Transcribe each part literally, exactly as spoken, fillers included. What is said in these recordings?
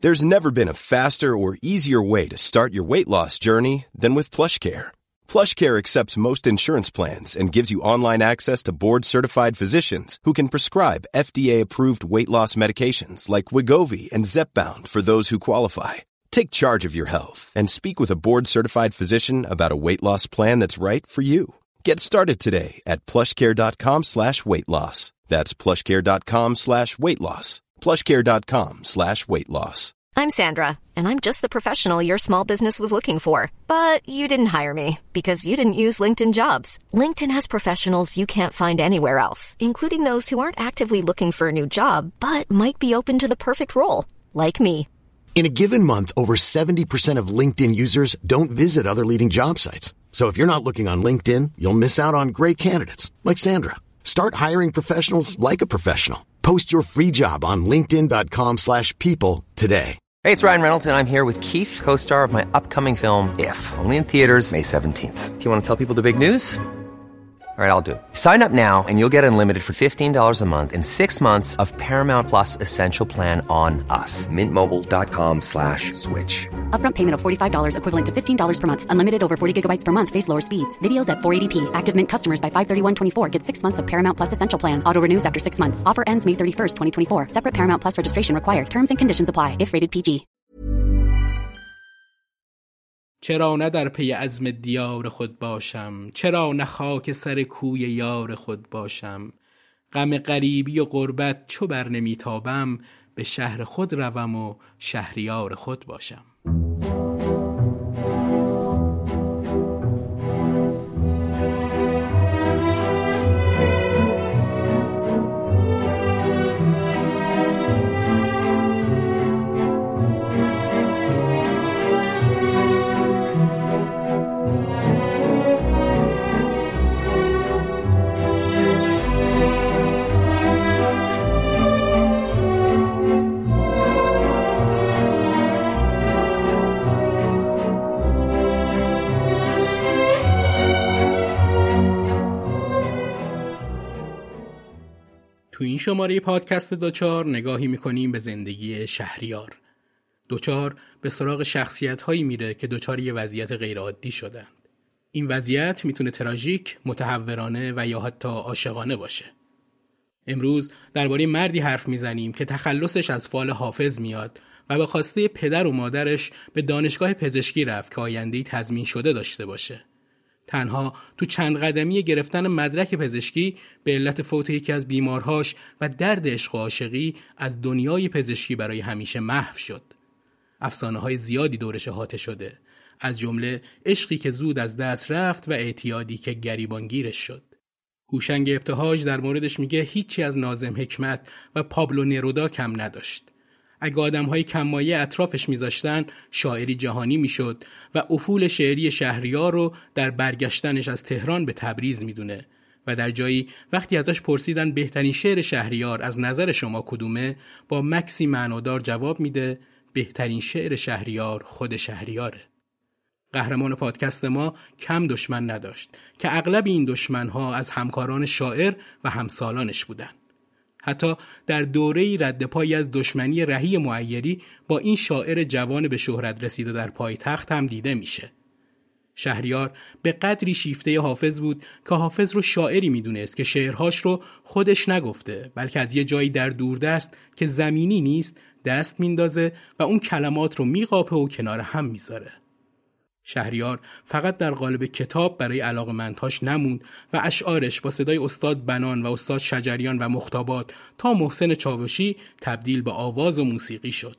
There's never been a faster or easier way to start your weight loss journey than with PlushCare. PlushCare accepts most insurance plans and gives you online access to board-certified physicians who can prescribe F D A-approved weight loss medications like Wegovy and Zepbound for those who qualify. Take charge of your health and speak with a board-certified physician about a weight loss plan that's right for you. Get started today at plushcare.com slash weight loss. That's plushcare.com slash weight loss. plushcare.com slash weight loss. I'm Sandra, and I'm just the professional your small business was looking for. But you didn't hire me because you didn't use LinkedIn Jobs. LinkedIn has professionals you can't find anywhere else, including those who aren't actively looking for a new job, but might be open to the perfect role, like me. In a given month, over seventy percent of LinkedIn users don't visit other leading job sites. So if you're not looking on LinkedIn, you'll miss out on great candidates like Sandra. Start hiring professionals like a professional. Post your free job on linkedin.com slash people today. Hey, it's Ryan Reynolds, and I'm here with Keith, co-star of my upcoming film, If, only in theaters May seventeenth. Do you want to tell people the big news? All right, I'll do it. Sign up now and you'll get unlimited for fifteen dollars a month and six months of Paramount Plus Essential Plan on us. Mintmobile.com slash switch. Upfront payment of forty-five dollars equivalent to fifteen dollars per month. Unlimited over forty gigabytes per month. Face lower speeds. Videos at four eighty p. Active Mint customers by five thirty-one twenty-four get six months of Paramount Plus Essential Plan. Auto renews after six months. Offer ends May thirty-first, twenty twenty-four. Separate Paramount Plus registration required. Terms and conditions apply if rated پی جی. چرا نه در پی عزم دیار خود باشم، چرا نه خاک سر کوی یار خود باشم. غم غریبی و غربت چو بر نمیتابم، به شهر خود روم و شهریار خود باشم. تو این شماره پادکست دوچار نگاهی میکنیم به زندگی شهریار. دوچار به سراغ شخصیت‌هایی میره که دوچار یه وضعیت غیرعادی شدن. این وضعیت میتونه تراژیک، متهورانه و یا حتی عاشقانه باشه. امروز درباره مردی حرف میزنیم که تخلصش از فال حافظ میاد و به خواسته پدر و مادرش به دانشگاه پزشکی رفت که آینده‌ای تضمین شده داشته باشه. تنها تو چند قدمی گرفتن مدرک پزشکی به علت فوت یکی از بیمارهاش و درد عشق و عاشقی از دنیای پزشکی برای همیشه محو شد. افسانه‌های زیادی دورش احاطه شده، از جمله عشقی که زود از دست رفت و اعتیادی که گریبانگیرش شد. هوشنگ ابتهاج در موردش میگه هیچی از ناظم حکمت و پابلو نرودا کم نداشت. اگه آدم‌های کم‌مایه اطرافش میذاشتن شاعری جهانی میشد و افول شعری شهریار رو در برگشتنش از تهران به تبریز میدونه و در جایی وقتی ازش پرسیدن بهترین شعر شهریار از نظر شما کدومه، با مکسی معنادار جواب میده بهترین شعر شهریار خود شهریاره. قهرمان پادکست ما کم دشمن نداشت که اغلب این دشمن‌ها از همکاران شاعر و همسالانش بودن. حتی در دوره‌ای رد پایی از دشمنی رهی معیری با این شاعر جوان به شهرت رسیده در پایتخت هم دیده میشه. شهریار به قدری شیفته حافظ بود که حافظ رو شاعری میدونست که شعرهاش رو خودش نگفته، بلکه از یه جایی در دوردست که زمینی نیست دست میندازه و اون کلمات رو میقاپه و کنار هم میذاره. شهریار فقط در قالب کتاب برای علاقه‌مندهاش نموند و اشعارش با صدای استاد بنان و استاد شجریان و مختابات تا محسن چاوشی تبدیل به آواز و موسیقی شد.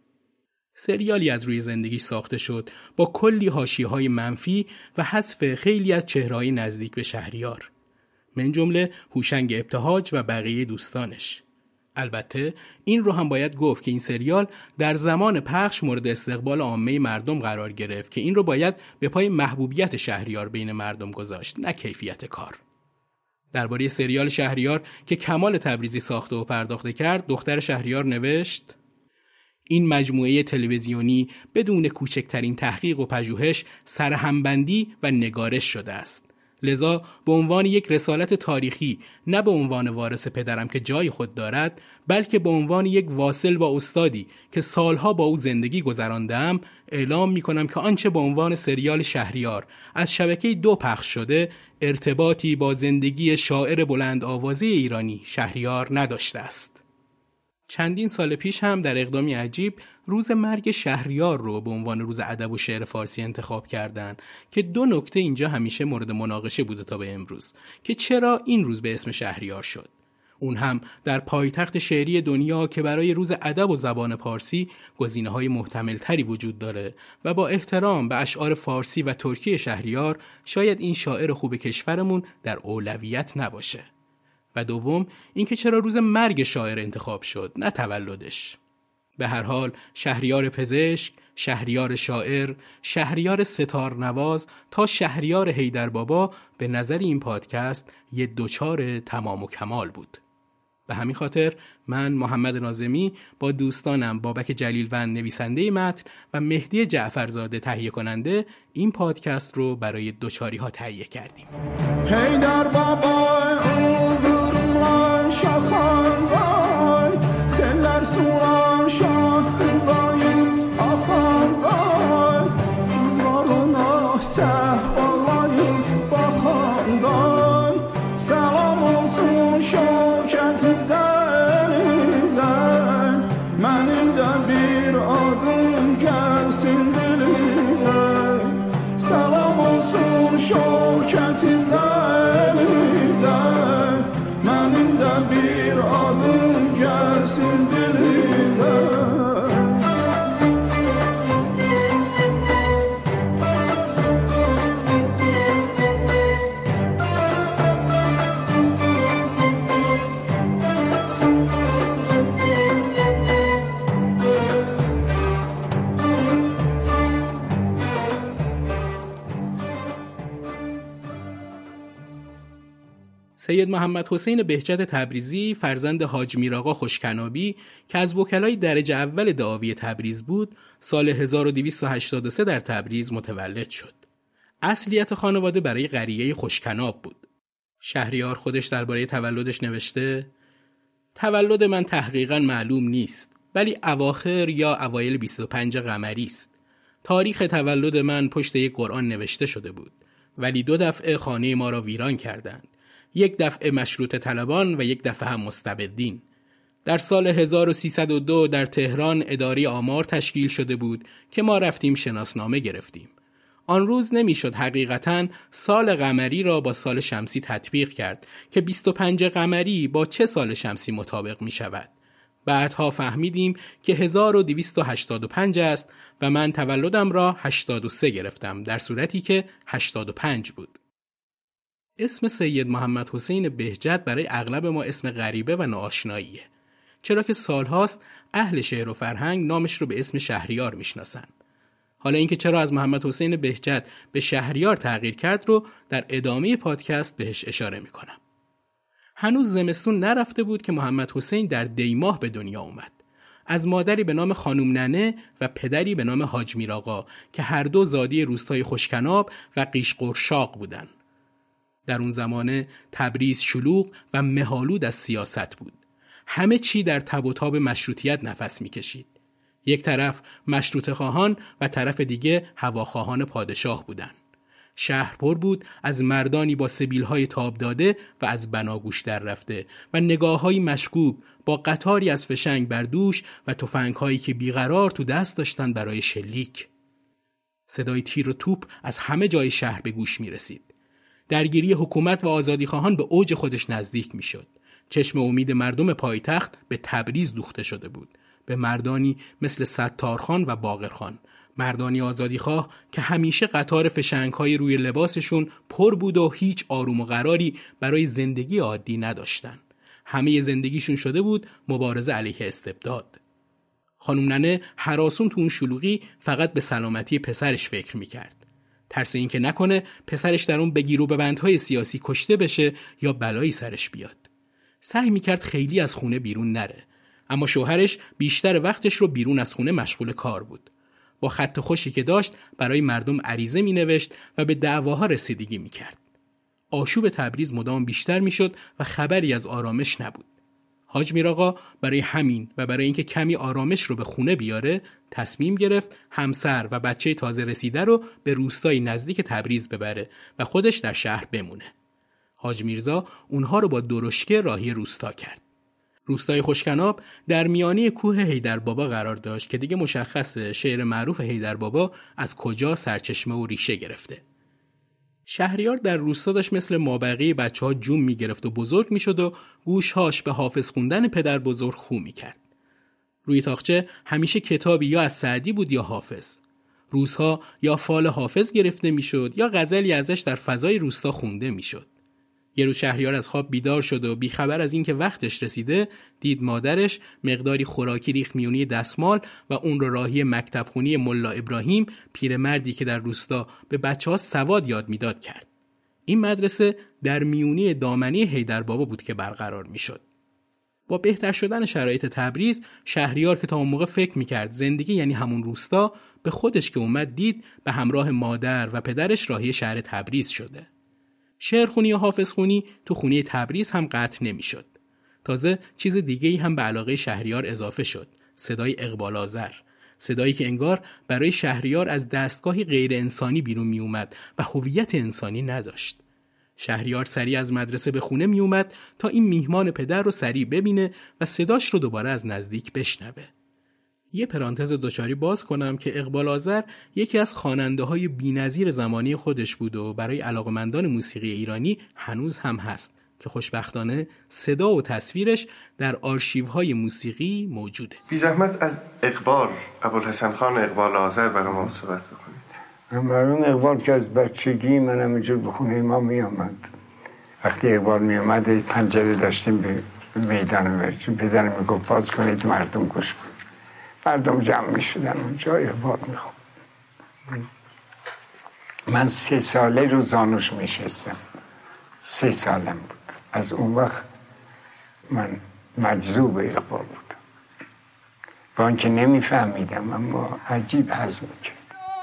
سریالی از روی زندگی ساخته شد با کلی حاشیه‌های منفی و حذف خیلی از چهره‌های نزدیک به شهریار، من جمله هوشنگ ابتهاج و بقیه دوستانش. البته این رو هم باید گفت که این سریال در زمان پخش مورد استقبال عامه مردم قرار گرفت که این رو باید به پای محبوبیت شهریار بین مردم گذاشت، نه کیفیت کار. درباره سریال شهریار که کمال تبریزی ساخته و پرداخته کرد، دختر شهریار نوشت: این مجموعه تلویزیونی بدون کوچکترین تحقیق و پژوهش سرهمبندی و نگارش شده است. لذا به عنوان یک رسالت تاریخی، نه به عنوان وارث پدرم که جای خود دارد، بلکه به عنوان یک واصل با استادی که سالها با او زندگی گذراندم، اعلام می‌کنم که آنچه به عنوان سریال شهریار از شبکه دو پخش شده، ارتباطی با زندگی شاعر بلند آوازه ایرانی شهریار نداشته است. چندین سال پیش هم در اقدامی عجیب روز مرگ شهریار رو به عنوان روز ادب و شعر فارسی انتخاب کردن که دو نکته اینجا همیشه مورد مناقشه بوده تا به امروز که چرا این روز به اسم شهریار شد. اون هم در پایتخت شعری دنیا که برای روز ادب و زبان پارسی گزینه‌های محتمل تری وجود داره و با احترام به اشعار فارسی و ترکی شهریار شاید این شاعر خوب کشورمون در اولویت نباشه. و دوم اینکه چرا روز مرگ شاعر انتخاب شد نه تولدش. به هر حال شهریار پزشک، شهریار شاعر، شهریار ستار نواز تا شهریار حیدر بابا به نظر این پادکست یه دوچار تمام و کمال بود. به همین خاطر من محمد ناظمی با دوستانم بابک جلیلوند نویسنده متن و مهدی جعفرزاده تهیه کننده این پادکست رو برای دوچاری ها تهیه کردیم. حیدر بابا اوزورم شخان بای سلر سوام شاه بای آخان بای زارو ناسه بالای باخان بای سلام olsun şoket zeli zel Mənim də bir adım gəlsin dilizə Salam olsun şoket zeli zel Mənim də bir adım gəlsin dilizə سید محمد حسین بهجت تبریزی فرزند حاج میرآقا خوشکنابی که از وکلای درجه اول دعاوی تبریز بود، سال هزار و دویست و هشتاد و سه در تبریز متولد شد. اصلیت خانواده برای قریه خوشکناب بود. شهریار خودش درباره تولدش نوشته: تولد من تحقیقاً معلوم نیست، ولی اواخر یا اوایل بیست و پنج قمری است. تاریخ تولد من پشت یک قرآن نوشته شده بود، ولی دو دفعه خانه ما را ویران کردند. یک دفعه مشروط طلبان و یک دفعه هم مستبدین. در سال هزار و سیصد و دو در تهران اداره آمار تشکیل شده بود که ما رفتیم شناسنامه گرفتیم. آن روز نمیشد حقیقتاً سال قمری را با سال شمسی تطبیق کرد که بیست و پنج قمری با چه سال شمسی مطابق می شود. بعدها فهمیدیم که هزار و دویست و هشتاد و پنج است و من تولدم را هشتاد و سه گرفتم، در صورتی که هشتاد و پنج بود. اسم سید محمد حسین بهجت برای اغلب ما اسم غریبه و ناآشناییه، چرا که سالهاست اهل شعر و فرهنگ نامش رو به اسم شهریار میشناسن. حالا اینکه چرا از محمد حسین بهجت به شهریار تغییر کرد رو در ادامه پادکست بهش اشاره میکنم. هنوز زمستون نرفته بود که محمد حسین در دیماه به دنیا اومد. از مادری به نام خانم ننه و پدری به نام حاج میرآقا که هر دو زادی روستای خوشکناب و قیشقرشاق بودند. در اون زمانه تبریز شلوغ و مه‌آلود از سیاست بود. همه چی در تب و تاب مشروطیت نفس می‌کشید. یک طرف مشروطه خواهان و طرف دیگه هواخواهان پادشاه بودند. شهر پر بود از مردانی با سبیل‌های تاب داده و از بناگوش در رفته و نگاه‌های مشکوک با قطاری از فشنگ بر دوش و تفنگ‌هایی که بیقرار تو دست داشتن برای شلیک. صدای تیر و توپ از همه جای شهر به گوش می‌رسید. درگیری حکومت و آزادیخواهان به اوج خودش نزدیک می‌شد. چشم امید مردم پایتخت به تبریز دوخته شده بود، به مردانی مثل ستارخان و باقرخان، مردانی آزادیخواه که همیشه قطار فشنگ‌های روی لباسشون پر بود و هیچ آروم و قراری برای زندگی عادی نداشتن. همه زندگیشون شده بود مبارزه علیه استبداد. خانم ننه هراسون تو اون شلوغی فقط به سلامتی پسرش فکر می‌کرد. ترس این که نکنه پسرش در اون بگیر و ببندهای سیاسی کشته بشه یا بلایی سرش بیاد. سعی میکرد خیلی از خونه بیرون نره، اما شوهرش بیشتر وقتش رو بیرون از خونه مشغول کار بود. با خط خوشی که داشت برای مردم عریضه مینوشت و به دعواها رسیدگی میکرد. آشوب تبریز مدام بیشتر میشد و خبری از آرامش نبود. حاج میرآقا برای همین و برای اینکه کمی آرامش رو به خونه بیاره تصمیم گرفت همسر و بچه تازه رسیده رو به روستای نزدیک تبریز ببره و خودش در شهر بمونه. حاج میرزا اونها رو با درشکه راهی روستا کرد. روستای خوشکناب در میانه کوه حیدربابا قرار داشت که دیگه مشخصه شعر معروف حیدربابا از کجا سرچشمه و ریشه گرفته. شهریار در روستا داشت مثل مابقی بچه ها جون می گرفت و بزرگ می شد و گوشهاش به حافظ خوندن پدر بزرگ خو می کرد. روی تاقچه همیشه کتابی یا از سعدی بود یا حافظ. روزها یا فال حافظ گرفته می شد یا غزلی ازش در فضای روستا خونده می شد. یه روز شهریار از خواب بیدار شد و بیخبر از این که وقتش رسیده دید مادرش مقداری خوراکی ریخت میونی دستمال و اون رو راهی مکتب خونی ملا ابراهیم، پیرمردی که در روستا به بچه‌ها سواد یاد میداد کرد. این مدرسه در میونی دامنه حیدربابا بود که برقرار میشد. با بهتر شدن شرایط تبریز، شهریار که تا اون موقع فکر میکرد زندگی یعنی همون روستا، به خودش که اومد دید به همراه مادر و پدرش راهی شهر تبریز شده. شعرخونی و حافظخونی تو خونه تبریز هم قطع نمیشد. تازه چیز دیگه‌ای هم به علاقه شهریار اضافه شد، صدای اقبال آذر، صدایی که انگار برای شهریار از دستگاهی غیر انسانی بیرون می اومد و هویت انسانی نداشت. شهریار سریع از مدرسه به خونه می اومد تا این میهمان پدر رو سریع ببینه و صداش رو دوباره از نزدیک بشنوه. یه پرانتز دوچاری باز کنم که اقبال آذر یکی از خواننده‌های بی‌نظیر زمانی خودش بود و برای علاقه‌مندان موسیقی ایرانی هنوز هم هست که خوشبختانه صدا و تصویرش در آرشیوهای موسیقی موجوده. بی زحمت از اقبال ابوالحسن خان اقبال آذر برای ما صحبت بکنید. مرحوم اقبال که از بچگی من همینجور به خونه ما می آمد. وقتی اقبال می آمد پنجره داشتیم به میدان ورچی، پدرم می گفت باز کنید مردم گوش کنید. مردم جمع می شدن اونجا اقبال می خود. من سه ساله رو زانوش می شستم. سه سالم بود. از اون وقت من مجذوب اقبال بودم. با اینکه نمی فهمیدم اما عجیب هضم میکرد.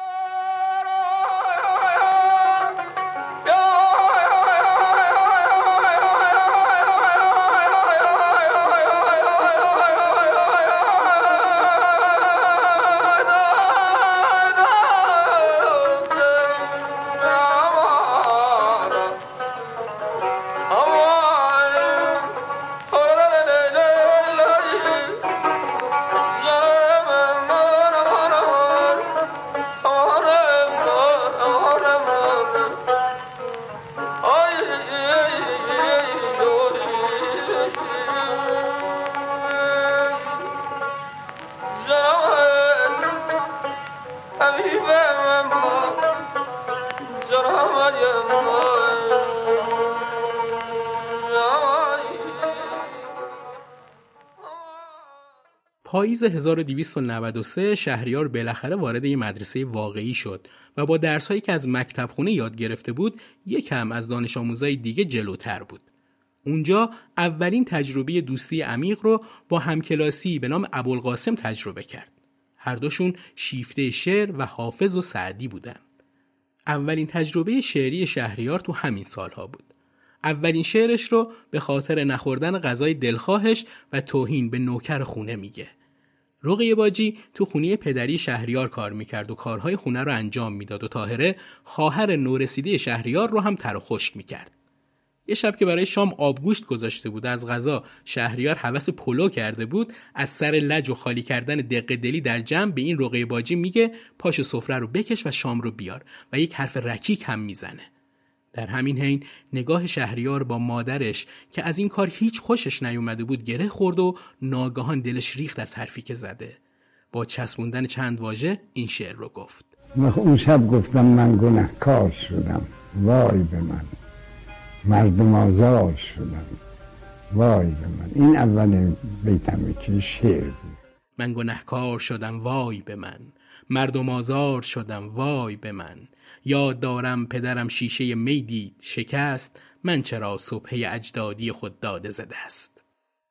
پاییز هزار و دویست و نود و سه شهریار بالاخره وارد یک مدرسه واقعی شد و با درسایی که از مکتب خونه یاد گرفته بود یکم از دانش آموزای دیگه جلوتر بود. اونجا اولین تجربه دوستی عمیق رو با همکلاسی به نام ابوالقاسم تجربه کرد. هر دوشون شیفته شعر و حافظ و سعدی بودن. اولین تجربه شعری شهریار تو همین سالها بود. اولین شعرش رو به خاطر نخوردن غذای دلخواهش و توهین به نوکر خونه میگه. رقیه باجی تو خونه پدری شهریار کار میکرد و کارهای خونه رو انجام میداد و طاهره خواهر نورسیده شهریار رو هم تر و خشک میکرد. یه شب که برای شام آبگوشت گذاشته بود از غذا شهریار هوس پلو کرده بود، از سر لج و خالی کردن دق دلی در جمع به این رقیه باجی میگه پاش سفره رو بکش و شام رو بیار و یک حرف رکیک هم میزنه. در همین حین نگاه شهریار با مادرش که از این کار هیچ خوشش نیومده بود گره خورد و ناگهان دلش ریخت از حرفی که زده. با چسبوندن چند واژه این شعر رو گفت. اون شب گفتم من گنهکار شدم، وای به من، مردم آزار شدم، وای به من. این اولین بیتم که شعر بود. من گنهکار شدم وای به من، مردم آزار شدم وای به من. یاد دارم پدرم شیشه می دید شکست، من چرا صبح اجدادی خود داده زده است.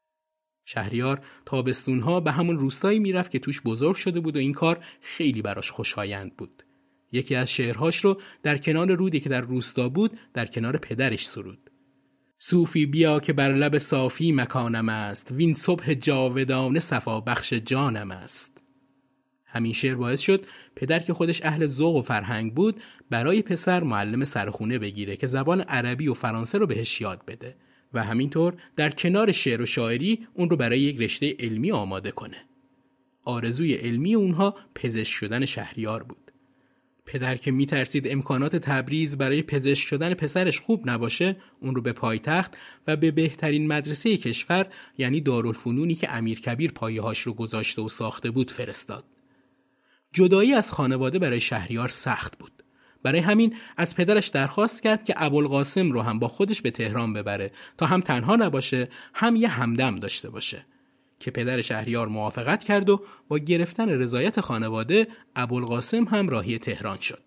شهریار تابستونها به همون روستایی میرفت که توش بزرگ شده بود و این کار خیلی براش خوشایند بود. یکی از شعرهاش رو در کنار رودی که در روستا بود در کنار پدرش سرود. صوفی بیا که بر لب صافی مکانم است، وین صبح جاودانه صفا بخش جانم است. همین شعر باعث شد پدر که خودش اهل ذوق و فرهنگ بود برای پسر معلم سرخونه بگیره که زبان عربی و فرانسه رو بهش یاد بده و همینطور در کنار شعر و شاعری اون رو برای یک رشته علمی آماده کنه. آرزوی علمی اونها پزشک شدن شهریار بود. پدر که میترسید امکانات تبریز برای پزشک شدن پسرش خوب نباشه، اون رو به پایتخت و به بهترین مدرسه کشور یعنی دارالفنونی که امیرکبیر پایه‌هاش رو گذاشته و ساخته بود فرستاد. جدایی از خانواده برای شهریار سخت بود. برای همین از پدرش درخواست کرد که ابوالقاسم رو هم با خودش به تهران ببره تا هم تنها نباشه هم یه همدم داشته باشه، که پدر شهریار موافقت کرد و با گرفتن رضایت خانواده ابوالقاسم هم راهی تهران شد.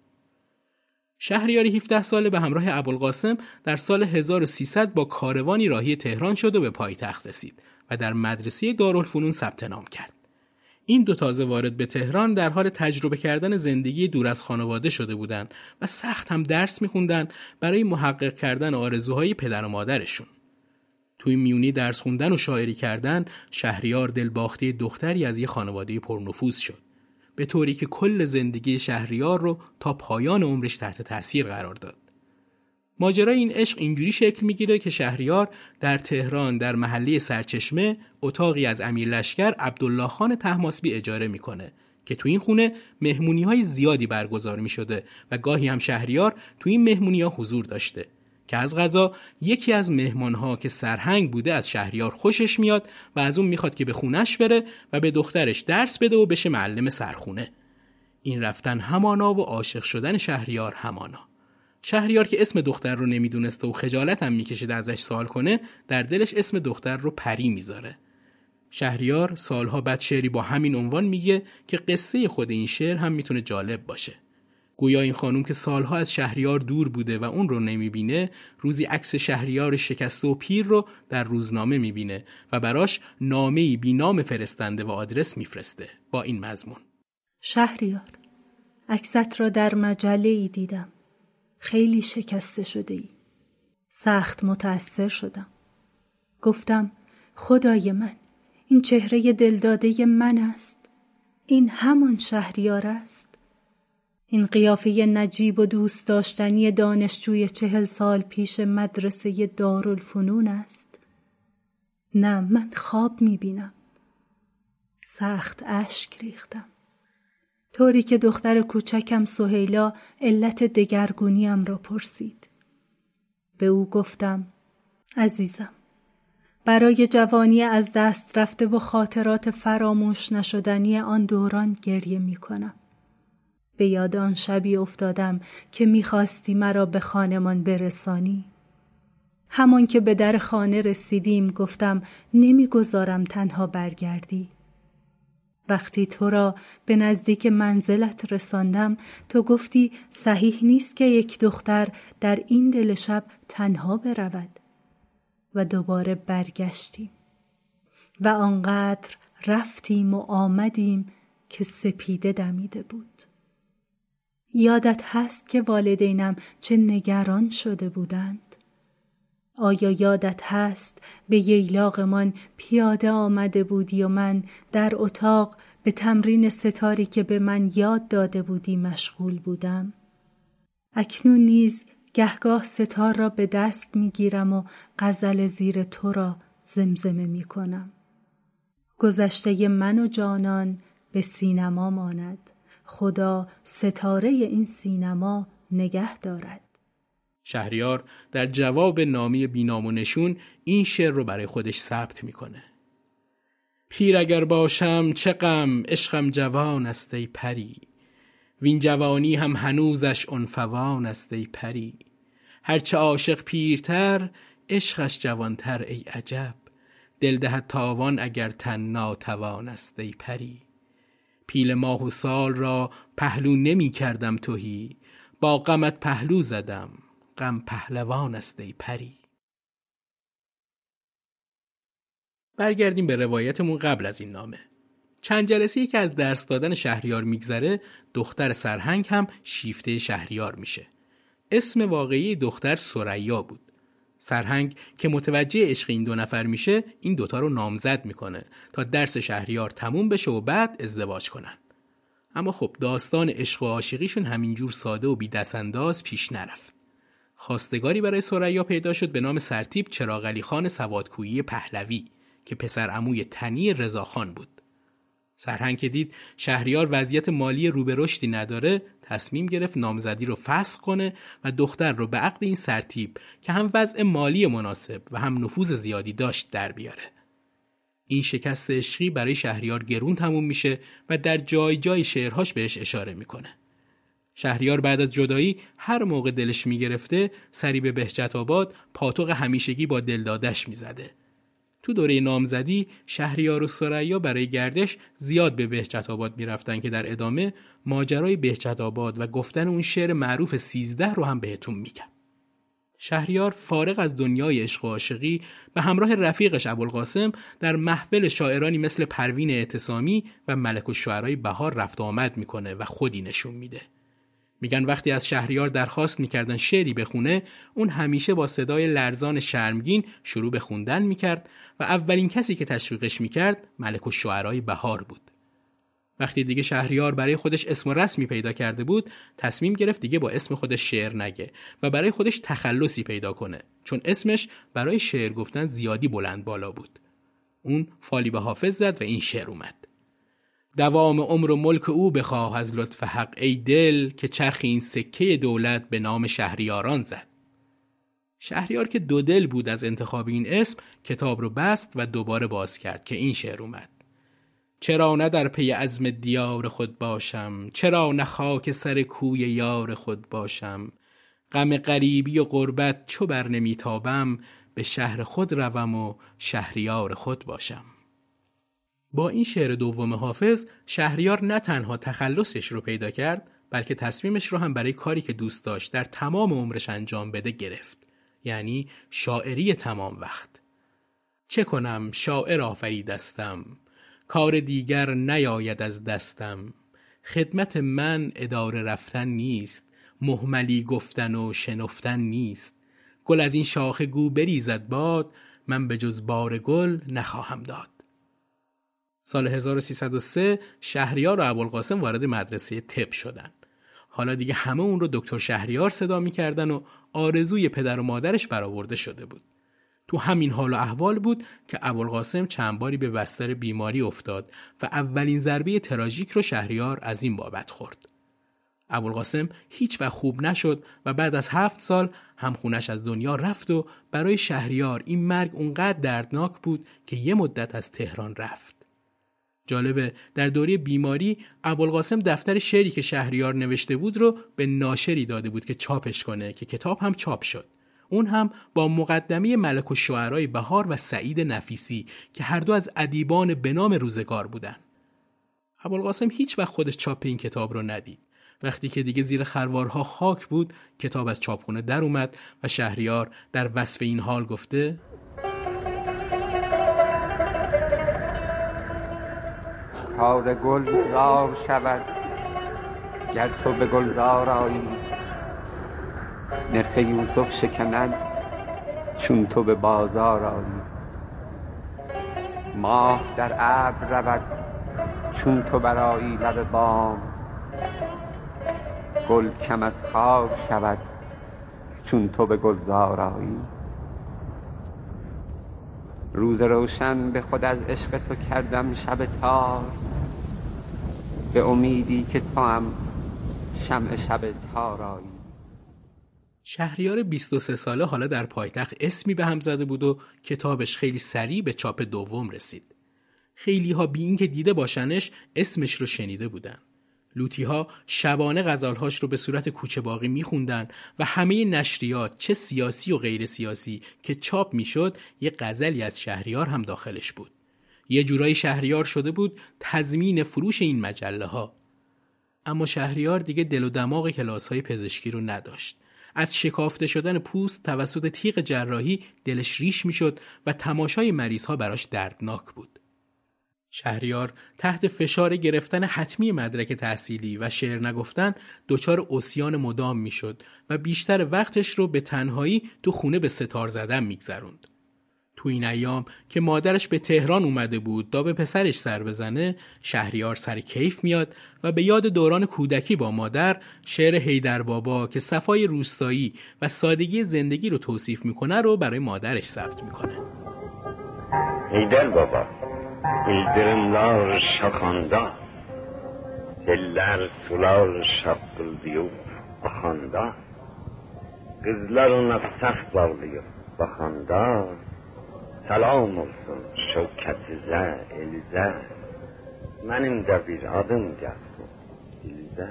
شهریار هفده ساله به همراه ابوالقاسم در سال هزار و سیصد با کاروانی راهی تهران شد و به پایتخت رسید و در مدرسه دارالفنون ثبت نام کرد. این دو تازه وارد به تهران در حال تجربه کردن زندگی دور از خانواده شده بودند و سخت هم درس می‌خوندن برای محقق کردن آرزوهای پدر و مادرشون. توی میونی درس خوندن و شاعری کردن شهریار دلباخته دختری از یه خانواده پرنفوذ شد، به طوری که کل زندگی شهریار رو تا پایان عمرش تحت تأثیر قرار داد. ماجرای این عشق اینجوری شکل میگیره که شهریار در تهران در محله سرچشمه اتاقی از امیر لشکر عبدالله خان طهماسبی اجاره میکنه که تو این خونه مهمونی‌های زیادی برگزار میشده و گاهی هم شهریار تو این مهمونی‌ها حضور داشته که از قضا یکی از مهمان‌ها که سرهنگ بوده از شهریار خوشش میاد و از اون میخواد که به خونش بره و به دخترش درس بده و بشه معلم سرخونه. این رفتن همانا و عاشق شدن شهریار همانا. شهریار که اسم دختر رو نمیدونسته و خجالت هم میکشید ازش سوال کنه، در دلش اسم دختر رو پری میذاره. شهریار سالها بعد شعری با همین عنوان میگه که قصه خود این شعر هم میتونه جالب باشه. گویا این خانوم که سالها از شهریار دور بوده و اون رو نمیبینه، روزی عکس شهریار شکسته و پیر رو در روزنامه میبینه و براش نامه‌ای بی نام فرستنده و آدرس میفرسته با این مضمون: شهریار، عکست را در مجله‌ای دیدم. خیلی شکسته شده ای. سخت متأثر شدم. گفتم خدای من، این چهره دلداده من است. این همان شهریار است. این قیافه نجیب و دوست داشتنی دانشجوی چهل سال پیش مدرسه دارالفنون است. نه، من خواب میبینم. سخت اشک ریختم، طوری که دختر کوچکم سهیلا علت دگرگونیم را پرسید. به او گفتم عزیزم، برای جوانی از دست رفته و خاطرات فراموش نشدنی آن دوران گریه می کنم. به یاد آن شبی افتادم که می خواستی مرا به خانمان برسانی. همان که به در خانه رسیدیم گفتم نمی گذارم تنها برگردی. وقتی تو را به نزدیک منزلت رساندم تو گفتی صحیح نیست که یک دختر در این دل شب تنها برود و دوباره برگشتیم و آنقدر رفتیم و آمدیم که سپیده دمیده بود. یادت هست که والدینم چه نگران شده بودند؟ آیا یادت هست به ییلاقمان پیاده آمده بودی و من در اتاق به تمرین ستاری که به من یاد داده بودی مشغول بودم؟ اکنون نیز گهگاه ستار را به دست میگیرم و غزل زیر تو را زمزمه میکنم. گذشته من و جانان به سینما ماند. خدا ستاره این سینما نگه دارد. شهریار در جواب نامه بینام و نشون این شعر رو برای خودش ثبت میکنه: پیر اگر باشم چه غم، عشقم جوان است ای پری، وین جوانی هم هنوزش عنفوان است ای پری، هرچه عاشق پیرتر عشقش جوانتر ای عجب، دل دهد تاوان اگر تن ناتوان است ای پری، پیل ماه و سال را پهلو نمی کردم تهی، با غمت پهلو زدم، غم پهلوان است ای پری. برگردیم به روایتمون قبل از این نامه. چند جلسه‌ای که از درس دادن شهریار میگذره، دختر سرهنگ هم شیفته شهریار میشه. اسم واقعی دختر ثریا بود. سرهنگ که متوجه عشق این دو نفر میشه، این دوتا رو نامزد میکنه تا درس شهریار تموم بشه و بعد ازدواج کنن. اما خب داستان عشق و عاشقیشون همینجور ساده و بی دست انداز پیش نرفت. خواستگاری برای ثریا پیدا شد به نام سرتیپ چراغعلی خان سوادکویی پهلوی که پسر عموی تنی رضاخان بود. سرهنگ که دید شهریار وضعیت مالی رو به رشدی نداره، تصمیم گرفت نامزدی رو فسخ کنه و دختر رو به عقد این سرتیپ که هم وضع مالی مناسب و هم نفوذ زیادی داشت در بیاره. این شکست عشقی برای شهریار گرون تموم میشه و در جای جای شعرهاش بهش اشاره میکنه. شهریار بعد از جدایی هر موقع دلش میگرفته سری به بهجت آباد پاتوق همیشگی با دلدادش میزده. تو دوره نامزدی شهریار و ثریا برای گردش زیاد به بهجت آباد میرفتن که در ادامه ماجرای بهجت آباد و گفتن اون شعر معروف سیزده رو هم بهتون میگم. شهریار فارغ از دنیای عشق و عاشقی به همراه رفیقش ابوالقاسم در محفل شاعرانی مثل پروین اعتصامی و ملک الشعرای بهار رفت و آمد میکنه و خودی نشون میده. میگن وقتی از شهریار درخواست میکردن شعری بخونه، اون همیشه با صدای لرزان شرمگین شروع به خوندن میکرد و اولین کسی که تشویقش میکرد ملک الشعرای بهار بود. وقتی دیگه شهریار برای خودش اسم و رسمی پیدا کرده بود، تصمیم گرفت دیگه با اسم خودش شعر نگه و برای خودش تخلصی پیدا کنه، چون اسمش برای شعر گفتن زیادی بلند بالا بود. اون فالی به حافظ زد و این شعر اومد: دوام عمر و ملک او بخواه از لطف حق ای دل، که چرخ این سکه دولت به نام شهریاران زد. شهریار که دو دل بود از انتخاب این اسم، کتاب رو بست و دوباره باز کرد که این شعر اومد: چرا نه در پی عزم دیار خود باشم، چرا نه خاک سر کوی یار خود باشم، غم غریبی و غربت چو بر نمیتابم، به شهر خود روم و شهریار خود باشم. با این شعر دوم حافظ، شهریار نه تنها تخلصش رو پیدا کرد، بلکه تصمیمش رو هم برای کاری که دوست داشت در تمام عمرش انجام بده گرفت، یعنی شاعری تمام وقت. چه کنم شاعر آفریدستم، کار دیگر نیاید از دستم، خدمت من اداره رفتن نیست، مهملی گفتن و شنفتن نیست، گل از این شاخه گو بریزد باد، من به جز بار گل نخواهم داد. سال هزار و سیصد و سه شهریار و ابوالقاسم وارد مدرسه طب شدن. حالا دیگه همه اون رو دکتر شهریار صدا می‌کردن و آرزوی پدر و مادرش برآورده شده بود. تو همین حال و احوال بود که ابوالقاسم چند باری به بستر بیماری افتاد و اولین ضربه تراژیک رو شهریار از این بابت خورد. ابوالقاسم هیچ وقت خوب نشد و بعد از هفت سال همخونش از دنیا رفت و برای شهریار این مرگ اونقدر دردناک بود که یه مدت از تهران رفت. جالبه در دوره بیماری ابوالقاسم دفتر شعری که شهریار نوشته بود رو به ناشری داده بود که چاپش کنه که کتاب هم چاپ شد. اون هم با مقدمه ملک الشعرای بهار و سعید نفیسی که هر دو از ادیبان به نام روزگار بودن. ابوالقاسم هیچ وقت خودش چاپ این کتاب رو ندید. وقتی که دیگه زیر خروارها خاک بود، کتاب از چاپخونه در اومد و شهریار در وصف این حال گفته: کار گل زار شود گر تو به گلزار آیی، نرخ یوسف شکنند چون تو به بازار آیی، ماه در ابر رود چون تو برآیی لب بام، گل کم از خار شود چون تو به گلزار آیی. روز روشن به خود از عشق تو کردم شب تار، به امیدی که تو هم شمع شب تار آیی. شهریار بیست و سه ساله حالا در پایتخت اسمی به هم زده بود و کتابش خیلی سریع به چاپ دوم رسید. خیلی ها بی این که دیده باشنش اسمش رو شنیده بودن. لوتی ها شبانه غزالهاش رو به صورت کوچه باقی میخوندن و همه نشریات چه سیاسی و غیر سیاسی که چاپ میشد یه غزلی از شهریار هم داخلش بود. یه جورایی شهریار شده بود تضمین فروش این مجله ها. اما شهریار دیگه دل و دماغ کلاس های پزشکی رو نداشت. از شکافته شدن پوست توسط تیغ جراحی دلش ریش میشد و تماشای مریض ها براش دردناک بود. شهریار تحت فشار گرفتن حتمی مدرک تحصیلی و شعر نگفتن دچار عصیان مدام میشد و بیشتر وقتش رو به تنهایی تو خونه به ستار زدن میگذروند. تو این ایام که مادرش به تهران اومده بود تا به پسرش سر بزنه، شهریار سر کیف میاد و به یاد دوران کودکی با مادر شعر حیدر بابا که صفای روستایی و سادگی زندگی رو توصیف میکنه رو برای مادرش ثبت میکنه. حیدر بابا İldirimler şakanda, Seller sular şapkıldıyıp bakanda, Kızlar ona sert bağlayıp bakanda, Selam olsun şevketize, elize, Benim de bir adım gelsin dilize.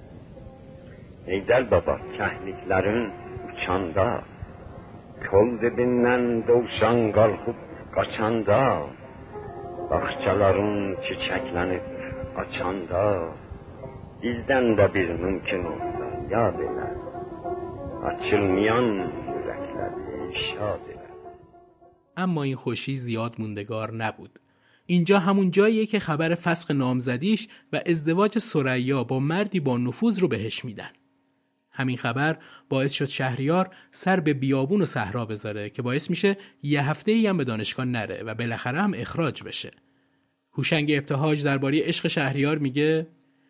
Heydər baba kəhliklərin uçanda, Kol dibindən dovşan qalxıb qaçanda, Bahçelerin çiçeklenip açanda, bizden de bir mümkün olsa yad ile, açılmayan yürekleri şad ile. اما این خوشی زیاد موندگار نبود. اینجا همون جاییه که خبر فسخ نامزدیش و ازدواج ثریا با مردی با نفوذ رو بهش میدن. همین خبر باعث شد شهریار سر به بیابون و صحرا بذاره که باعث میشه یه هفته‌ای هم به دانشگاه نره و بالاخره هم اخراج بشه. هوشنگ ابتهاج درباره عشق شهریار میگه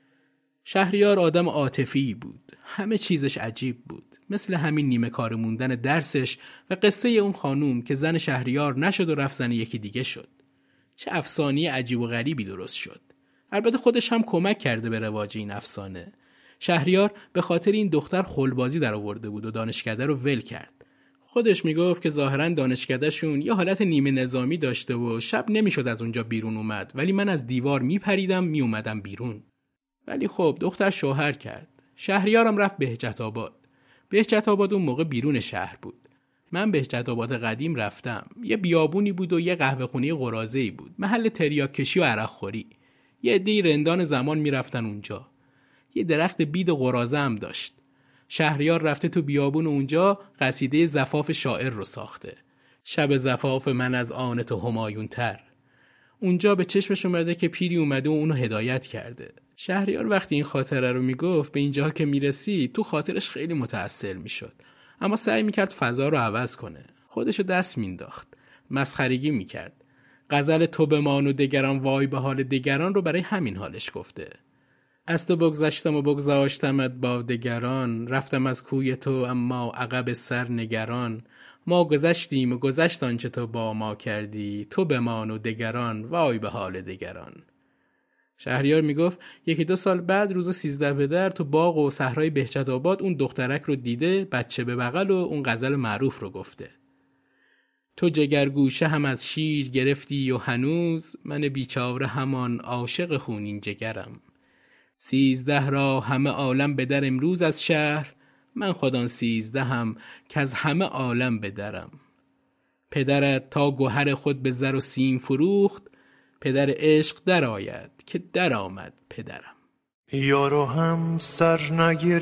شهریار آدم عاطفی بود. همه چیزش عجیب بود. مثل همین نیمه کار موندن درسش و قصه اون خانوم که زن شهریار نشد و رفت زن یکی دیگه شد. چه افسانه عجیب و غریبی درست شد. البته خودش هم کمک کرده به رواج این افسانه. شهریار به خاطر این دختر خلبازی در آورده بود و دانشکده رو ول کرد. خودش میگفت که ظاهراً دانشکدهشون یه حالت نیمه نظامی داشته و شب نمیشد از اونجا بیرون اومد، ولی من از دیوار میپریدم میومدم بیرون. ولی خب دختر شوهر کرد. شهریارم رفت بهجت آباد. بهجت آباد اون موقع بیرون شهر بود. من بهجت آباد قدیم رفتم. یه بیابونی بود و یه قهوه خونه قرازه‌ای بود. محل تریاک کشی و عرق خوری. یه عده‌ای رندان زمان میرفتن اونجا. یه درخت بید و قرازه هم داشت. شهریار رفته تو بیابون اونجا قصیده زفاف شاعر رو ساخته. شب زفاف من از آن تو همایون تر. اونجا به چشمش اومده که پیری اومده و اونو هدایت کرده. شهریار وقتی این خاطره رو میگفت به اینجا که میرسی تو خاطرش خیلی متأثر میشد، اما سعی میکرد فضا رو عوض کنه. خودشو دست مینداخت، مسخرگی میکرد. غزل تو بمان و دگران وای به حال دگران رو برای همین حالش گفته. از تو بگذشتم و بگذاشتمت با دگران، رفتم از کوی تو اما عقب سر نگران. ما گذشتیم و گذشت آنچه تو با ما کردی، تو بمان و دگران وای به حال دگران. شهریار میگفت یکی دو سال بعد روز سیزده به در تو باغ و صحرای بهجت آباد اون دخترک رو دیده، بچه به بغل و اون غزل معروف رو گفته. تو جگرگوشه هم از شیر گرفتی و هنوز، من بیچاره همان عاشق خونین جگرم. سیزده را همه عالم به در امروز از شهر، من خودان سیزده هم که از همه عالم بدرم. پدرت تا گوهر خود به زر و سیم فروخت، پدر عشق در آید که در آمد پدرم. یارو هم سر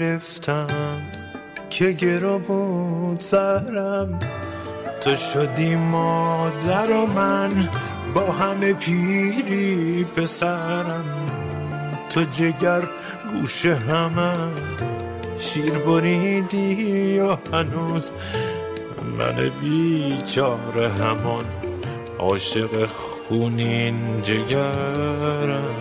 نگرفتم که گرا بود سرم، تو شدی مادر و من با همه پیری پسرم. تو جگر گوشه همت شیر بریدی و هنوز من بیچاره همان عاشق خونین جگرم.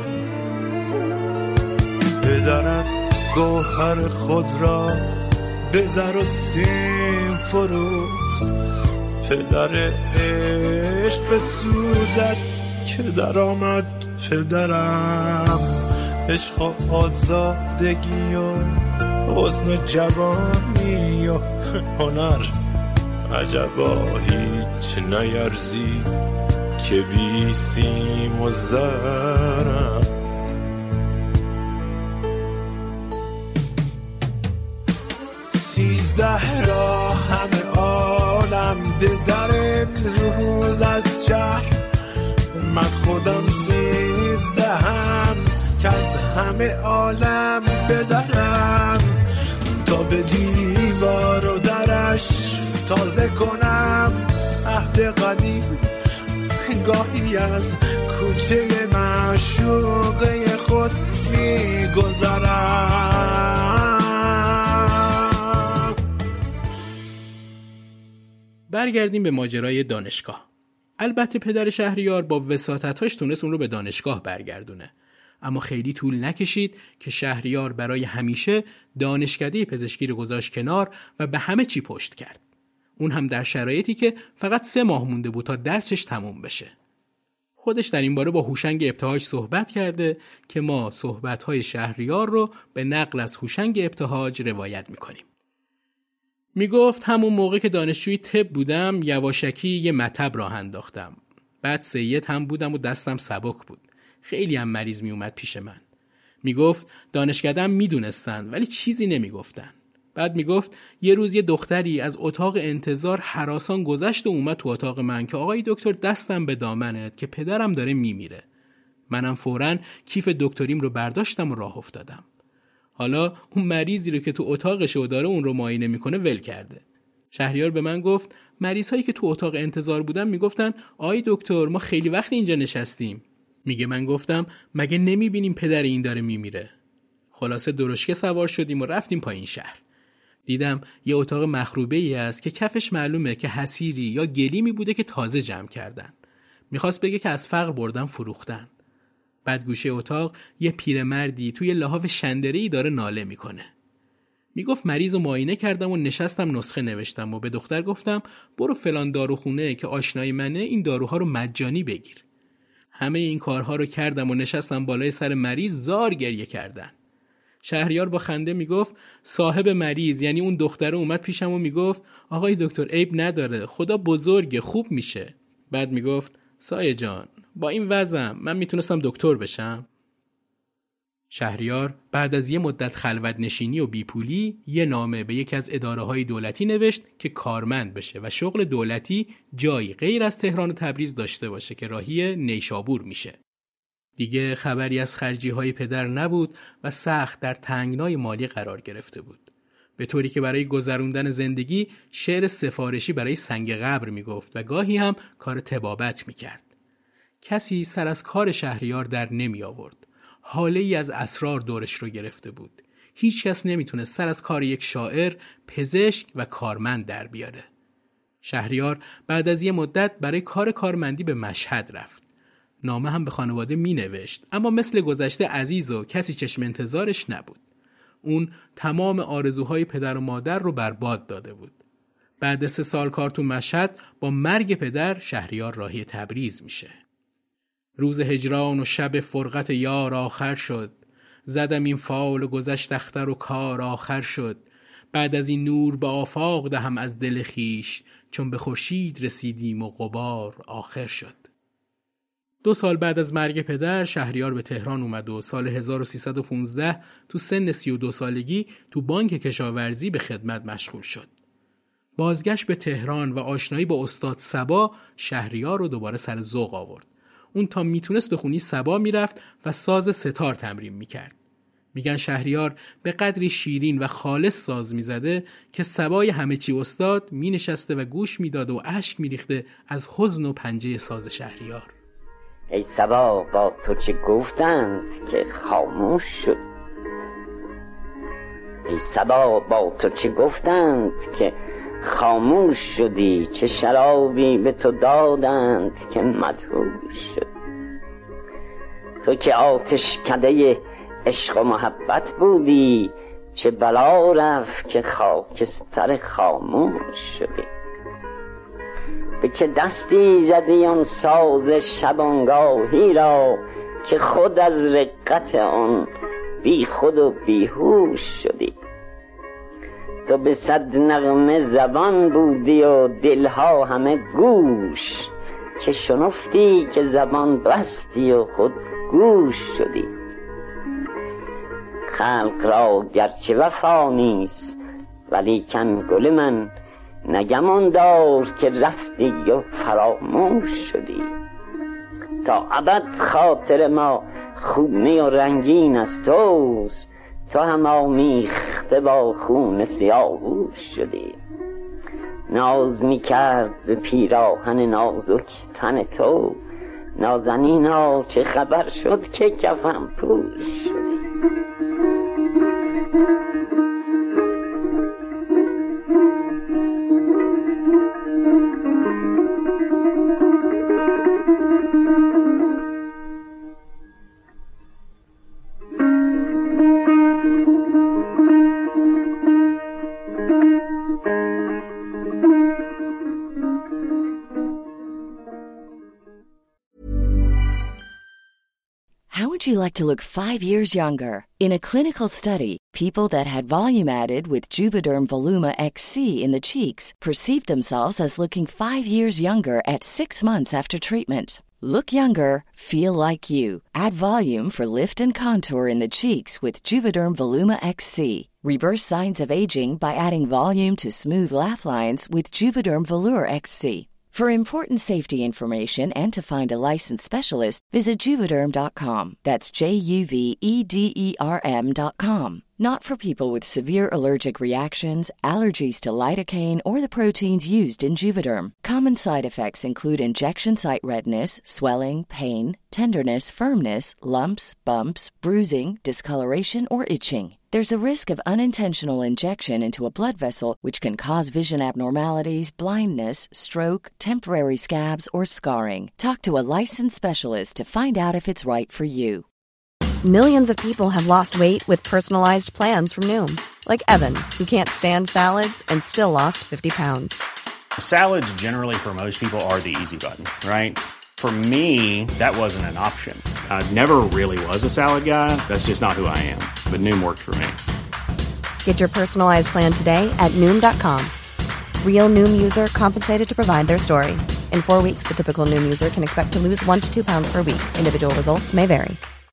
پدرت گوهر خود را به زر و سیم فروخت، پدر عشق به سوزد که در آمد پدرم. عشق و آزادگی و حسن و جوانی و هنر، عجبا هیچ نیرزی که بی سیم و زرم. سیزده را همه عالم به در امروز از شهر، من خودم سیزده هم که از همه عالم بدرم. تا به دیوار و درش تازه کنم عهد قدیم، گاهی از کوچه معشوقه خود میگذرم. برگردیم به ماجرای دانشگاه. البته پدر شهریار با وساطتاش تونست اون رو به دانشگاه برگردونه، اما خیلی طول نکشید که شهریار برای همیشه دانشکده پزشکی رو گذاشت کنار و به همه چی پشت کرد. اون هم در شرایطی که فقط سه ماه مونده بود تا درسش تموم بشه. خودش در این باره با هوشنگ ابتهاج صحبت کرده که ما صحبت‌های شهریار رو به نقل از هوشنگ ابتهاج روایت می‌کنیم. میگفت همون موقع که دانشجوی طب بودم یواشکی یه مطب راه انداختم. بعد سید هم بودم و دستم سبک بود. خیلی هم مریض می اومد پیش من. میگفت دانشکده‌ام میدونستن ولی چیزی نمیگفتن. بعد میگفت یه روز یه دختری از اتاق انتظار هراسان گذشت و اومد تو اتاق من که آقای دکتر دستم به دامنت که پدرم داره میمیره. منم فوراً کیف دکتریم رو برداشتم و راه افتادم. حالا اون مریضی رو که تو اتاقش و داره اون رو معاینه میکنه ول کرده. شهریار به من گفت مریضایی که تو اتاق انتظار بودن میگفتن آقای دکتر ما خیلی وقت اینجا نشستیم. میگه من گفتم مگه نمیبینیم پدر این داره میمیره. خلاصه درشکه سوار شدیم و رفتیم پایین شهر. دیدم یه اتاق مخروبه‌ای است که کفش معلومه که حسیری یا گلیمی بوده که تازه جمع کردن. میخواست بگه که از فقر بردن فروختن. بعد گوشه اتاق یه پیرمردی توی لحاف شندره‌ای داره ناله میکنه. میگفت مریض رو معاینه کردم و نشستم نسخه نوشتم و به دختر گفتم برو فلان داروخونه که آشنای منه این داروها رو مجانی بگیر. همه این کارها رو کردم و نشستم بالای سر مریض زار گریه کردن. شهریار با خنده میگفت صاحب مریض یعنی اون دختره اومد پیشم و میگفت آقای دکتر عیب نداره خدا بزرگه خوب میشه. بعد میگفت سایه جان با این وضعم من میتونستم دکتر بشم. شهریار بعد از یه مدت خلوت نشینی و بیپولی یه نامه به یکی از اداره‌های دولتی نوشت که کارمند بشه و شغل دولتی جایی غیر از تهران و تبریز داشته باشه که راهی نیشابور میشه. دیگه خبری از خرجی‌های پدر نبود و سخت در تنگنای مالی قرار گرفته بود. به طوری که برای گذروندن زندگی شعر سفارشی برای سنگ قبر میگفت و گاهی هم کار طبابت میکرد. کسی سر از کار شهریار در نمی آورد. حاله ای از اسرار دورش رو گرفته بود. هیچ کس نمیتونه سر از کار یک شاعر، پزشک و کارمند در بیاره. شهریار بعد از یه مدت برای کار کارمندی به مشهد رفت. نامه هم به خانواده می نوشت اما مثل گذشته عزیز و کسی چشم انتظارش نبود. اون تمام آرزوهای پدر و مادر رو برباد داده بود. بعد سه سال کار تو مشهد با مرگ پدر شهریار راهی تبریز میشه. روز هجران و شب فرقت یار آخر شد. زدم این فال و گذشت اختر و کار آخر شد. بعد از این نور به آفاق دهم از دل خیش چون به خورشید رسیدیم و غبار آخر شد. دو سال بعد از مرگ پدر شهریار به تهران اومد و سال هزار و سیصد و پانزده تو سن سی و دو سالگی تو بانک کشاورزی به خدمت مشغول شد. بازگشت به تهران و آشنایی با استاد صبا شهریار رو دوباره سر ذوق آورد. اون تا میتونست به خونی صبا میرفت و ساز ستار تمرین میکرد. میگن شهریار به قدری شیرین و خالص ساز میزده که صبای همه چی استاد مینشسته و گوش میداد و اشک میریخته از حزن و پنجه ساز شهریار. ای صبا با تو چه گفتند که خاموش شد. ای صبا با تو چه گفتند که خاموش شدی. چه شرابی به تو دادند که مدهوش شد. تو که آتش کده عشق و محبت بودی. چه بلا رفت که خاکستر خاموش شدی. به چه دستی زدی آن ساز شبانگاهی را که خود از رقت آن بی خود و بیهوش شدی. تو به صد نغمه زبان بودی و دلها همه گوش. چه شنفتی که زبان بستی و خود گوش شدی. خلق را گرچه وفا نیست ولیکن گل من نگمان دار که رفتی و فراموش شدی. تا ابد خاطر ما خونی و رنگین از توست. تو هم آمیخته با خون سیاوش شدی. ناز می کرد به پیراهن نازک تن تو. نازنینا چه خبر شد که کفن پوش شدی؟ How would you like to look five years younger? In a clinical study, people that had volume added with Juvederm Voluma X C in the cheeks perceived themselves as looking five years younger at six months after treatment. Look younger, feel like you. Add volume for lift and contour in the cheeks with Juvederm Voluma X C. Reverse signs of aging by adding volume to smooth laugh lines with Juvederm Volure X C. For important safety information and to find a licensed specialist, visit Juvederm dot com. That's J U V E D E R M dot com. Not for people with severe allergic reactions, allergies to lidocaine, or the proteins used in Juvederm. Common side effects include injection site redness, swelling, pain, tenderness, firmness, lumps, bumps, bruising, discoloration, or itching. There's a risk of unintentional injection into a blood vessel, which can cause vision abnormalities, blindness, stroke, temporary scabs, or scarring. Talk to a licensed specialist to find out if it's right for you. Millions of people have lost weight with personalized plans from Noom. Like Evan, who can't stand salads and still lost fifty pounds. Salads generally for most people are the easy button, right? For me, that wasn't an option. I never really was a salad guy. That's just not who I am. But Noom worked for me. Get your personalized plan today at Noom dot com. Real Noom user compensated to provide their story. In four weeks, the typical Noom user can expect to lose one to two pounds per week. Individual results may vary.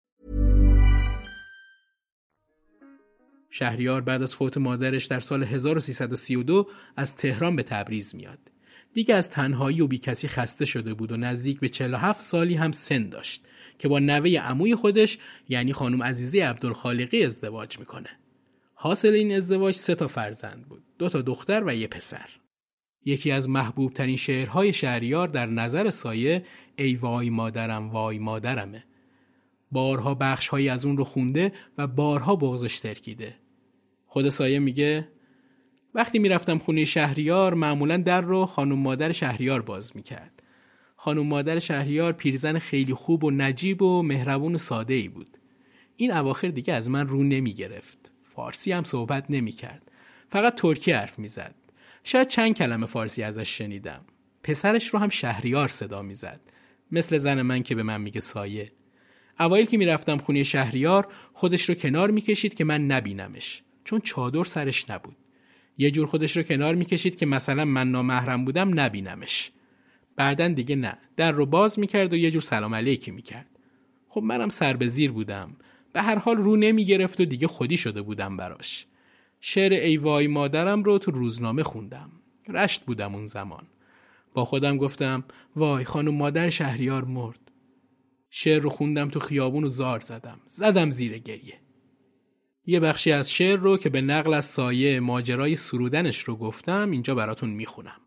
شهریار بعد از فوت مادرش در سال هزار و سیصد و سی و دو از تهران به تبریز میاد. دیگه از تنهایی و بیکسی خسته شده بود و نزدیک به چهل و هفت سالی هم سن داشت که با نوه عموی خودش یعنی خانم عزیزه عبدالخالقی ازدواج میکنه. حاصل این ازدواج سه تا فرزند بود، دو تا دختر و یه پسر. یکی از محبوب ترین شعرهای شهریار در نظر سایه ای وای مادرم وای مادرمه. بارها بخشهایی از اون رو خونده و بارها بغضش ترکیده. خود سایه میگه وقتی میرفتم خونه شهریار معمولا در رو خانم مادر شهریار باز میکرد. خانم مادر شهریار پیرزن خیلی خوب و نجیب و مهربون و ساده‌ای بود. این اواخر دیگه از من رو نمیگرفت. فارسی هم صحبت نمیکرد. فقط ترکی حرف میزد. شاید چند کلمه فارسی ازش شنیدم. پسرش رو هم شهریار صدا میزد. مثل زن من که به من میگه سایه. اوایل که میرفتم خونه شهریار خودش رو کنار میکشید که من نبینمش، چون چادر سرش نبود. یه جور خودش رو کنار میکشید که مثلا من نامحرم بودم نبینمش. بعدن دیگه نه، در رو باز میکرد و یه جور سلام علیکی میکرد. خب منم سر به زیر بودم، به هر حال رو نمیگرفت و دیگه خودی شده بودم براش. شعر ای وای مادرم رو تو روزنامه خوندم. رشت بودم اون زمان. با خودم گفتم وای خانم مادر شهریار مرد. شعر رو خوندم تو خیابون و زار زدم. زدم زیر گریه. یه بخشی از شعر رو که به نقل از سایه ماجرای سرودنش رو گفتم اینجا براتون میخونم.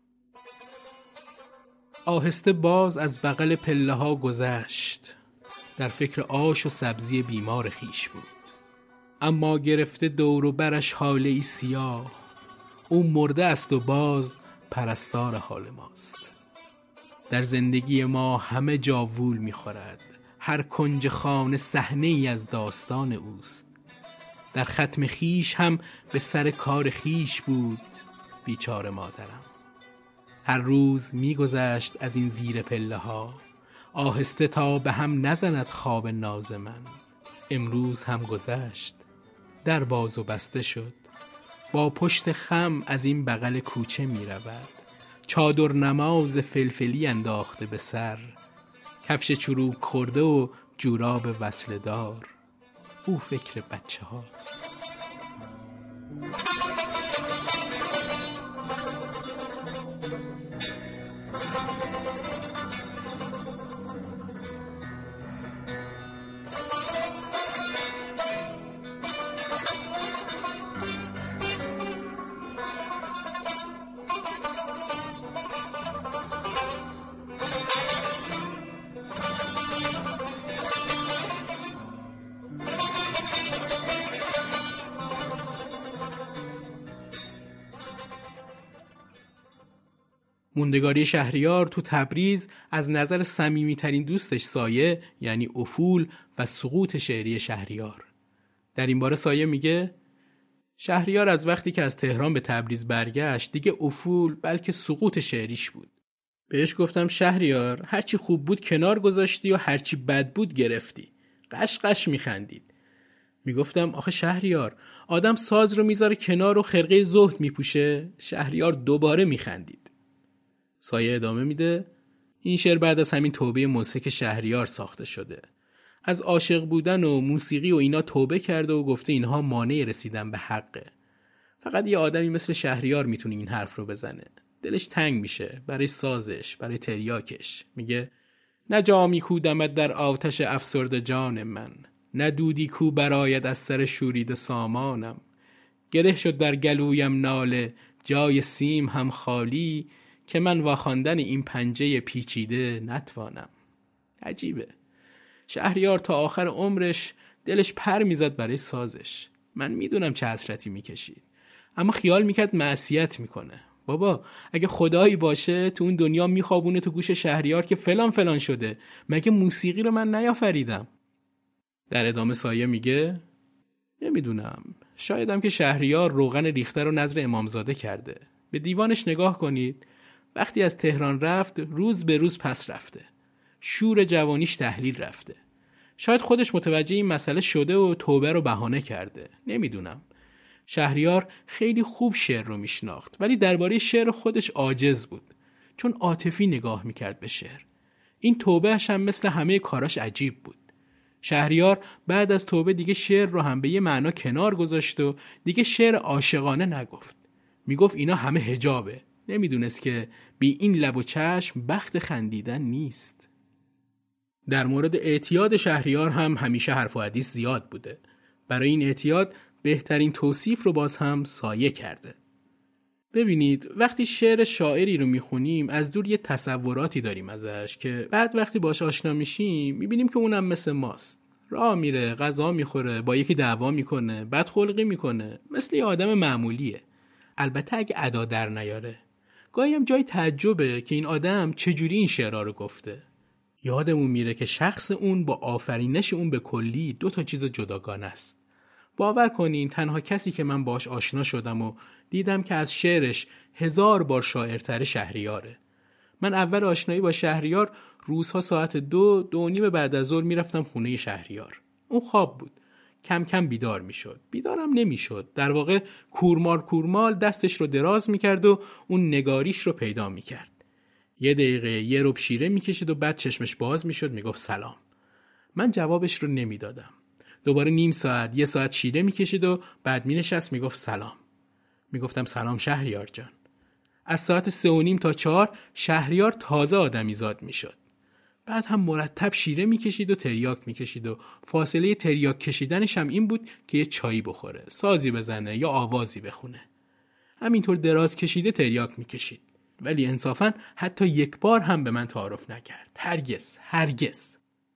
آهسته باز از بغل پله ها گذشت، در فکر آش و سبزی بیمار خیش بود. اما گرفته دور و برش حاله ای سیاه، او مرده است و باز پرستار حال ماست. در زندگی ما همه جا وول میخورد، هر کنج خانه صحنه ای از داستان اوست. در ختم خیش هم به سر کار خیش بود بیچاره مادرم. هر روز میگذشت از این زیر پله ها، آهسته تا به هم نزند خواب ناز من. امروز هم گذشت، در باز و بسته شد، با پشت خم از این بغل کوچه می رود. چادر نماز فلفلی انداخته به سر، کفش چروک خورده و جوراب وصل دار. او فکر بچه هاست. موندگاری شهریار تو تبریز از نظر صمیمی‌ترین دوستش سایه یعنی افول و سقوط شعری شهریار. در این باره سایه میگه شهریار از وقتی که از تهران به تبریز برگشت دیگه افول بلکه سقوط شعریش بود. بهش گفتم شهریار هرچی خوب بود کنار گذاشتی و هرچی بد بود گرفتی. قش قش میخندید. میگفتم آخه شهریار آدم ساز رو میذاره کنار و خرقه زهد میپوشه. شهریار دوباره میخندید. سایه ادامه میده این شعر بعد از همین توبه مضحک شهریار ساخته شده. از عاشق بودن و موسیقی و اینا توبه کرده و گفته اینها مانع رسیدن به حقه. فقط یه آدمی مثل شهریار میتونه این حرف رو بزنه. دلش تنگ میشه برای سازش، برای تریاکش. میگه نه جامی کو دمد در آتش افسرده جان من، نه دودی کو براید از سر شورید سامانم. گره شد در گلویم ناله جای سیم هم خالی، که من واخواندن این پنجه پیچیده نتوانم. عجیبه. شهریار تا آخر عمرش دلش پر میزد برای سازش. من میدونم چه حسرتی میکشید، اما خیال میکرد معصیت میکنه. بابا اگه خدایی باشه تو اون دنیا میخوابونه تو گوش شهریار که فلان فلان شده. مگه موسیقی رو من نیافریدم؟ در ادامه سایه میگه نمیدونم، شایدم که شهریار روغن ریخته رو نظر امامزاده کرده. به دیوانش نگاه کنید. وقتی از تهران رفت روز به روز پس رفته. شور جوانیش تحلیل رفته. شاید خودش متوجه این مسئله شده و توبه رو بهانه کرده. نمیدونم. شهریار خیلی خوب شعر رو میشناخت ولی درباره شعر خودش عاجز بود، چون عاطفی نگاه میکرد به شعر. این توبهش هم مثل همه کاراش عجیب بود. شهریار بعد از توبه دیگه شعر رو هم به یه معنا کنار گذاشت و دیگه شعر عاشقانه نگفت. میگفت اینا همه حجابه. نمیدونست که بی این لب و چشم بخت خندیدن نیست. در مورد اعتیاد شهریار هم همیشه حرف و حدیث زیاد بوده. برای این اعتیاد بهترین توصیف رو باز هم سایه کرده. ببینید وقتی شعر شاعری رو میخونیم از دور یه تصوراتی داریم ازش که بعد وقتی باش آشنا میشیم میبینیم که اونم مثل ماست. راه میره، غذا میخوره، با یکی دعوا میکنه، بدخلقی میکنه، مثل یه آدم معمولیه. البته اگه ادا در نیاره. گاهی هم جای تعجبه که این آدم چجوری این شعرها رو گفته. یادمون میره که شخص اون با آفرینش اون به کلی دو تا چیز جداگانه است. باور کنین تنها کسی که من باش آشنا شدم و دیدم که از شعرش هزار بار شاعرتر شهریاره. من اول آشنایی با شهریار روزها ساعت دو دو نیم بعد از ظهر میرفتم خونه شهریار. اون خواب بود. کم کم بیدار میشد. بیدارم نمیشد. در واقع کورمال کورمال دستش رو دراز میکرد و اون نگاریش رو پیدا میکرد. یه دقیقه یه ربع شیره میکشید و بعد چشمش باز میشد میگفت سلام. من جوابش رو نمیدادم. دوباره نیم ساعت یه ساعت شیره میکشید و بعد مینشست میگفت سلام. میگفتم سلام شهریار جان. از ساعت سه و نیم تا چهار شهریار تازه آدمی زاد میشد. بعد هم مرتب شیره میکشید و تریاک میکشید و فاصله تریاک کشیدنش هم این بود که یه چایی بخوره، سازی بزنه یا آوازی بخونه. همینطور دراز کشیده تریاک میکشید. ولی انصافاً حتی یک بار هم به من تعارف نکرد. هرگز، هرگز.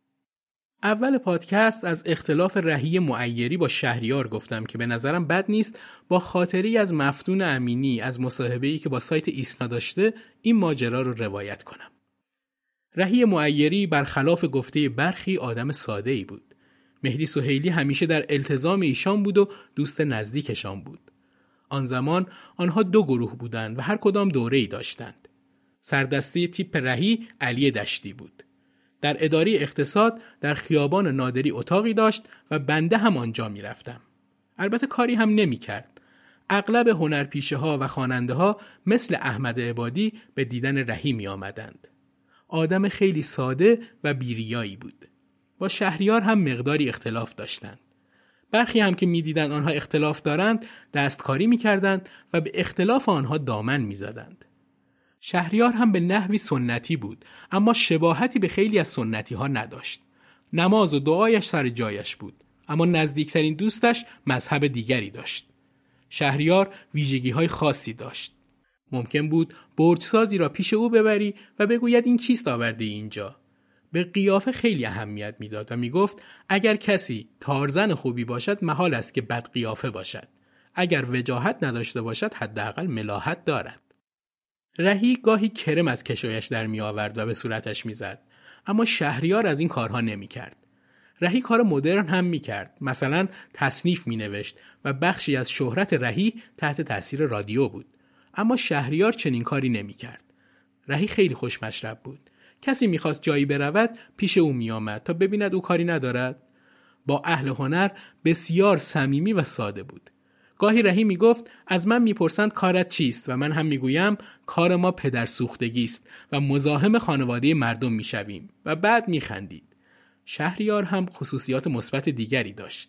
اول پادکست از اختلاف رهی معیری با شهریار گفتم که به نظرم بد نیست با خاطری از مفتون امینی از مصاحبه‌ای که با سایت ایسنا داشته این ماجرا رو روایت کنم. رهی معیری برخلاف گفته برخی آدم ساده‌ای بود. مهدی سهیلی همیشه در التزام ایشان بود و دوست نزدیکشان بود. آن زمان آنها دو گروه بودند و هر کدام دوره‌ای داشتند. سردسته تیپ رهی علی دشتی بود. در اداره اقتصاد در خیابان نادری اتاقی داشت و بنده هم آنجا می رفتم. البته کاری هم نمی کرد. اغلب هنرپیشه ها و خواننده ها مثل احمد عبادی به دیدن رهی می آمدند. آدم خیلی ساده و بیریایی بود. با شهریار هم مقداری اختلاف داشتند. برخی هم که می دیدن آنها اختلاف دارند دستکاری می کردند و به اختلاف آنها دامن می زدند. شهریار هم به نحوی سنتی بود اما شباهتی به خیلی از سنتی ها نداشت. نماز و دعایش سر جایش بود اما نزدیکترین دوستش مذهب دیگری داشت. شهریار ویژگی های خاصی داشت. ممکن بود برجسازی را پیش او ببری و بگوید این کیست آورده اینجا. به قیافه خیلی اهمیت میداد و میگفت اگر کسی تارزن خوبی باشد محال است که بد قیافه باشد. اگر وجاهت نداشته باشد حداقل ملاحت دارد. رهی گاهی کرم از کشویش در می آورد و به صورتش می زد. اما شهریار از این کارها نمی کرد. رهی کار مدرن هم می کرد. مثلا تصنیف می نوشت و بخشی از شهرت رهی تحت تاثیر رادیو بود. اما شهریار چنین کاری نمی کرد. رهی خیلی خوش مشرب بود. کسی می خواست جایی برود پیش او می آمد تا ببیند او کاری ندارد. با اهل هنر بسیار صمیمی و ساده بود. گاهی رهی می گفت از من می پرسند کارت چیست و من هم می گویم کار ما پدر سوختگی است و مزاحم خانواده مردم می شویم و بعد می خندید. شهریار هم خصوصیات مثبت دیگری داشت.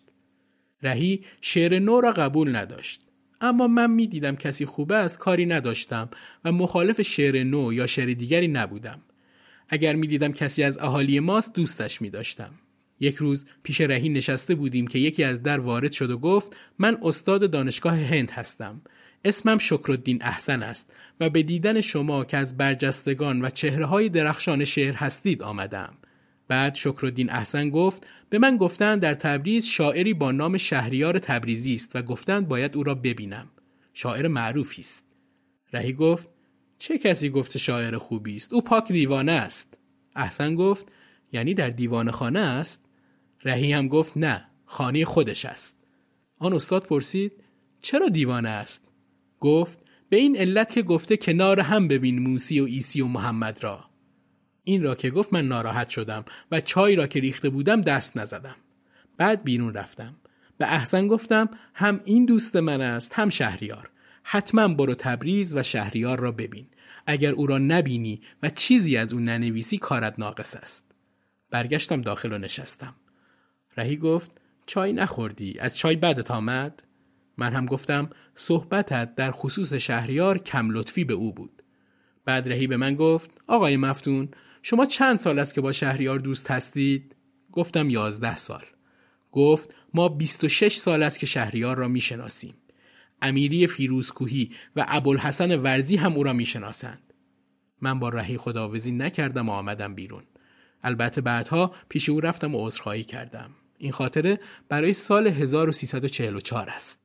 رهی شعر نو را قبول نداشت. اما من می دیدم کسی خوبه است کاری نداشتم و مخالف شعر نو یا شعر دیگری نبودم. اگر می دیدم کسی از اهالی ماست دوستش می داشتم. یک روز پیش رهی نشسته بودیم که یکی از در وارد شد و گفت من استاد دانشگاه هند هستم. اسمم شکرالدین احسن است و به دیدن شما که از برجستگان و چهره‌های درخشان شعر هستید آمدم. بعد شکرالدین احسن گفت به من گفتند در تبریز شاعری با نام شهریار تبریزی است و گفتند باید او را ببینم. شاعر معروفی است. رهی گفت چه کسی گفته شاعر خوبی است؟ او پاک دیوانه است. احسن گفت یعنی در دیوانه خانه است؟ رهی هم گفت نه، خانه خودش است. آن استاد پرسید چرا دیوانه است؟ گفت به این علت که گفته کنار هم ببین موسی و عیسی و محمد را. این را که گفت من ناراحت شدم و چای را که ریخته بودم دست نزدم. بعد بیرون رفتم. به احسن گفتم هم این دوست من است هم شهریار. حتما برو تبریز و شهریار را ببین. اگر او را نبینی و چیزی از او ننویسی کارت ناقص است. برگشتم داخل و نشستم. رهی گفت چای نخوردی؟ از چای بدت آمد؟ من هم گفتم صحبتت در خصوص شهریار کم لطفی به او بود. بعد رهی به من گفت آقای مفتون شما چند سال است که با شهریار دوست هستید؟ گفتم یازده سال. گفت ما بیست و شش سال است که شهریار را میشناسیم. امیری فیروزکوهی و ابوالحسن ورزی هم او را میشناسند. من با رهی خداحافظی نکردم و آمدم بیرون. البته بعدها پیش او رفتم و عذرخواهی کردم. این خاطره برای سال هزار و سیصد و چهل و چهار است.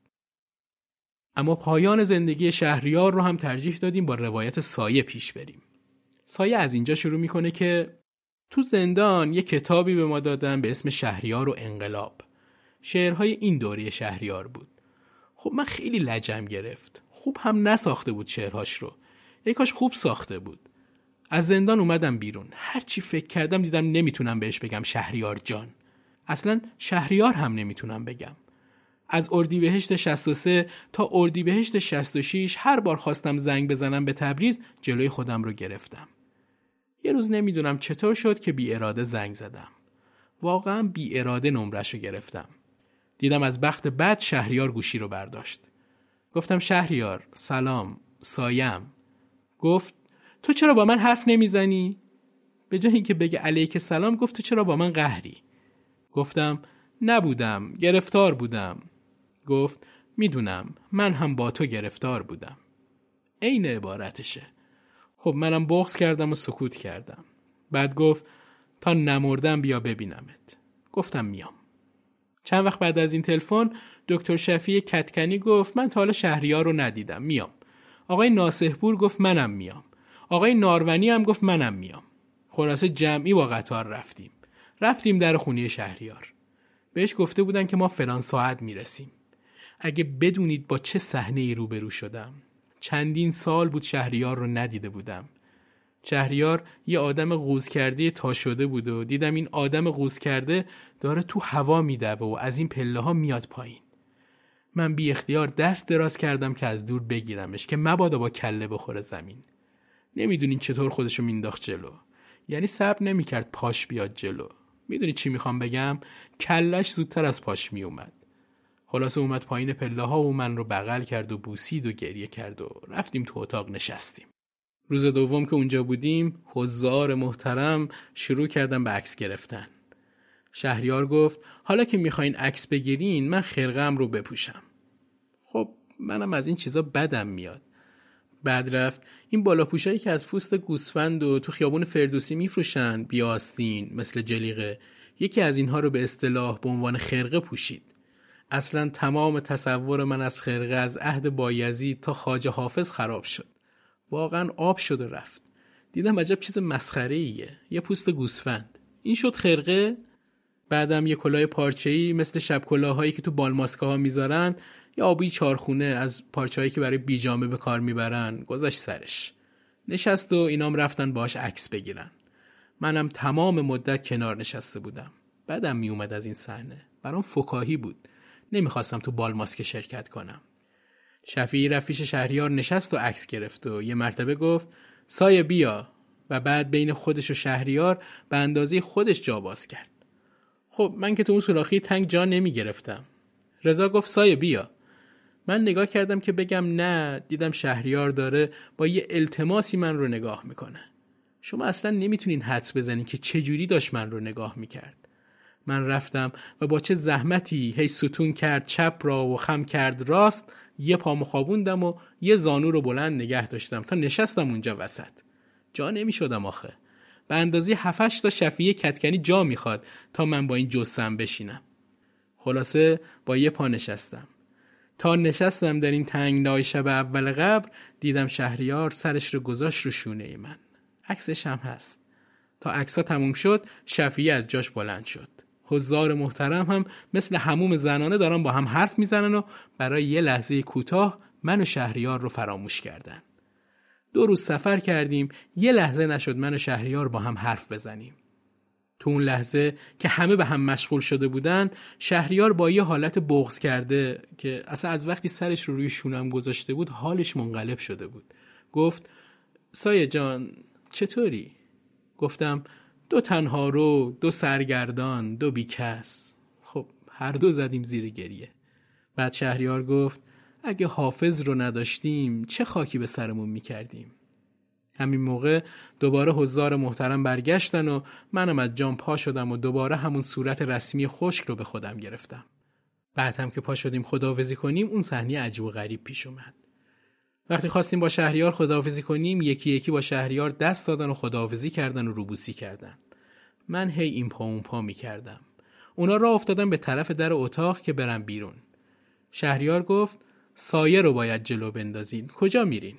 اما پایان زندگی شهریار رو هم ترجیح دادیم با روایت سایه پیش بریم. سایه از اینجا شروع میکنه که تو زندان یه کتابی به ما دادن به اسم شهریار و انقلاب. شعرهای این دوره شهریار بود. خب من خیلی لجم گرفت. خوب هم نساخته بود شعرهاش رو. ای کاش خوب ساخته بود. از زندان اومدم بیرون. هر چی فکر کردم دیدم نمیتونم بهش بگم شهریار جان. اصلا شهریار هم نمیتونم بگم. از اردیبهشت شصت و سه تا اردیبهشت شصت و شش هر بار خواستم زنگ بزنم به تبریز جلوی خودم رو گرفتم. یه روز نمیدونم چطور شد که بی اراده زنگ زدم. واقعا بی اراده نمرش رو گرفتم. دیدم از بخت بد شهریار گوشی رو برداشت. گفتم شهریار سلام سایم. گفت تو چرا با من حرف نمیزنی؟ به جای اینکه بگه علیک سلام گفت تو چرا با من قهری؟ گفتم نبودم گرفتار بودم. گفت میدونم من هم با تو گرفتار بودم. عین عبارتشه. خب منم بغض کردم و سکوت کردم. بعد گفت تا نمردم بیا ببینمت. گفتم میام. چند وقت بعد از این تلفن دکتر شفیع کتکنی گفت من تا حالا شهریار رو ندیدم میام. آقای ناصحپور گفت منم میام. آقای نارونی هم گفت منم میام. خلاصه جمعی با قطار رفتیم. رفتیم در خونه شهریار. بهش گفته بودن که ما فلان ساعت میرسیم. اگه بدونید با چه صحنه‌ای روبرو شدم. چندین سال بود شهریار رو ندیده بودم. شهریار یه آدم قوز کرده تا شده بود و دیدم این آدم قوز کرده داره تو هوا میدوه و از این پله ها میاد پایین. من بی اختیار دست دراز کردم که از دور بگیرمش که مبادا با کله بخوره زمین. نمیدونین چطور خودشو مینداخت جلو. یعنی صبر نمیکرد پاش بیاد جلو. میدونی چی میخوام بگم؟ کلش زودتر از پاش میومد. خلاصه اومد پایین پله ها و من رو بغل کرد و بوسید و گریه کرد و رفتیم تو اتاق نشستیم. روز دوم که اونجا بودیم حضار محترم شروع کردن به عکس گرفتن. شهریار گفت حالا که میخواین عکس بگیرین من خرقه‌ام رو بپوشم. خب منم از این چیزا بدم میاد. بعد رفت این بالاپوشایی که از پوست گوسفند و تو خیابون فردوسی میفروشن بی آستین مثل جلیقه، یکی از اینها رو به اصطلاح به عنوان خرقه پوشید. اصلا تمام تصور من از خرقه از عهد بایزید تا خواجه حافظ خراب شد. واقعا آب شد و رفت. دیدم عجب چیز مسخره ایه، یه پوست گوسفند. این شد خرقه؟ بعدم یه کلاه پارچه‌ای مثل شب کلاهایی که تو بالماسکاها میذارن، یا آبی چارخونه از پارچه‌ای که برای بیجامه به کار میبرن گذاشت سرش. نشست و اینام رفتن باهاش عکس بگیرن. منم تمام مدت کنار نشسته بودم. بعدم می اومد از این صحنه. برام فکاهی بود. نمیخواستم تو بالماسک شرکت کنم. شفیعی رفت پیش شهریار نشست و عکس گرفت و یه مرتبه گفت سایه بیا، و بعد بین خودش و شهریار به اندازه خودش جا باز کرد. خب من که تو اون سوراخی تنگ جا نمی گرفتم. رضا گفت سایه بیا. من نگاه کردم که بگم نه، دیدم شهریار داره با یه التماسی من رو نگاه میکنه. شما اصلا نمیتونین حدس بزنین که چه جوری داشت من رو نگاه میکرد. من رفتم و با چه زحمتی هی ستون کرد چپ را و خم کرد راست، یه پامو خوابوندم و یه زانو رو بلند نگه داشتم تا نشستم اونجا وسط. جا نمیشدم آخه. به اندازه هفت هشت تا شفیع کتکنی جا میخواد تا من با این جسم بشینم. خلاصه با یه پا نشستم. تا نشستم در این تنگنای شب اول قبر، دیدم شهریار سرش رو گذاشت رو شونه من. عکسش هم هست. تا عکس‌ها تموم شد، شفیع از جاش بلند شد. حضار محترم هم مثل حموم زنانه دارن با هم حرف میزنن و برای یه لحظه کوتاه من و شهریار رو فراموش کردن. دو روز سفر کردیم، یه لحظه نشد من و شهریار با هم حرف بزنیم. تو اون لحظه که همه به هم مشغول شده بودن، شهریار با یه حالت بغض کرده که اصلا از وقتی سرش رو روی شونم گذاشته بود حالش منقلب شده بود. گفت سایه جان چطوری؟ گفتم دو تنها رو، دو سرگردان، دو بیکس. خب هر دو زدیم زیر گریه. بعد شهریار گفت اگه حافظ رو نداشتیم چه خاکی به سرمون میکردیم. همین موقع دوباره حضار محترم برگشتن و منم از جام پا شدم و دوباره همون صورت رسمی خشک رو به خودم گرفتم. بعد هم که پا شدیم خداحافظی کنیم، اون صحنه عجیب و غریب پیش اومد. وقتی خواستیم با شهریار خداحافظی کنیم، یکی یکی با شهریار دست دادن و خداحافظی کردن و روبوسی کردن. من هی این پا اون پا می کردم. اونا راه افتادن به طرف در اتاق که برن بیرون. شهریار گفت سایه رو باید جلو بندازین. کجا میرین؟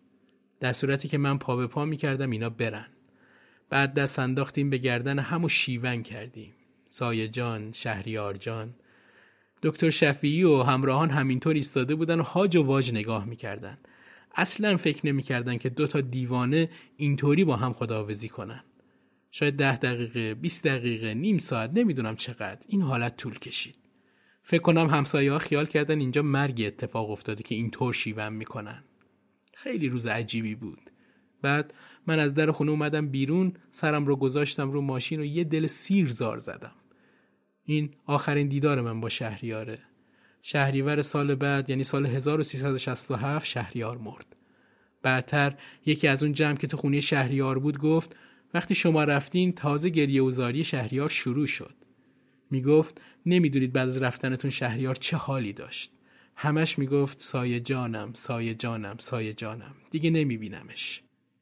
در صورتی که من پا به پا می کردم اینا برن. بعد دست انداختیم به گردن همو شیون کردیم. سایه جان، شهریار جان. دکتر شفیعی و همراهان همینطور ایستاده بودن و هاج و واج نگاه می کردن. اصلا فکر نمی کردن که دو تا دیوانه اینطوری با هم خداحافظی کنن. شاید ده دقیقه، بیست دقیقه، نیم ساعت، نمیدونم چقدر این حالت طول کشید. فکر کنم همسایه ها خیال کردن اینجا مرگ اتفاق افتاده که اینطور شیون میکنن. خیلی روز عجیبی بود. بعد من از در خونه اومدم بیرون، سرم رو گذاشتم رو ماشین و یه دل سیر زار زدم. این آخرین دیدار من با شهریاره. شهریور سال بعد، یعنی سال هزار و سیصد و شصت و هفت، شهریار مرد. بعدتر یکی از اون جمع که تو خونه شهریار بود گفت وقتی شما رفتین تازه گریه و زاری شهریار شروع شد. میگفت نمیدونید بعد از رفتنتون شهریار چه حالی داشت. همش میگفت سایه جانم، سایه جانم، سایه جانم. دیگه نمیبینمش.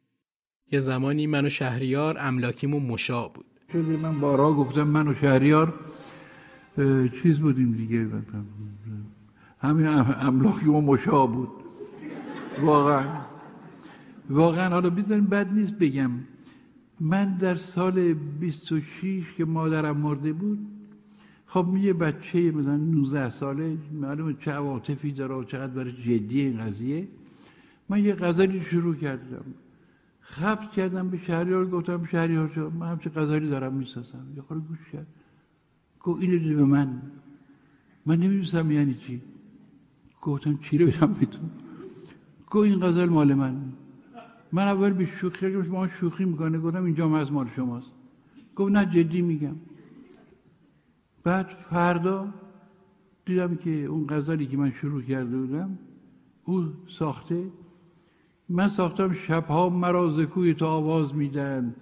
یه زمانی من و شهریار املاکیمون مشا بود. من بارها گفتم من و شهریار چیز بودیم دیگه، همین املاکیمون مشا بود. واقعا واقعا حالا بذاریم بد نیست بگم، من در سال بیست و شش که مادرم مرده بود، خب یه بچه مثلا نوزده ساله، معلومه چه عواطفی داره و چقدر برای جدی این قضیه. من یه غزلی شروع کردم، خفت کردم به شهریار، گفتم شهریار جان من همچه غزلی دارم میسازم. یه خورده گوش کرد، گفت اینو دیده به من، من نمیدونستم یعنی چی. گفتم چی رو بدم به تو؟ گفت این غزل مال من. من اول به شوخی گفتم شما شوخی میکنه، گفتم اینجا هم از مال شماست. گفت نه جدی میگم. بعد فردا دیدم که اون غزلی که من شروع کرده بودم او ساخته. من ساختم شبها مرا ز کوی تو آواز میدن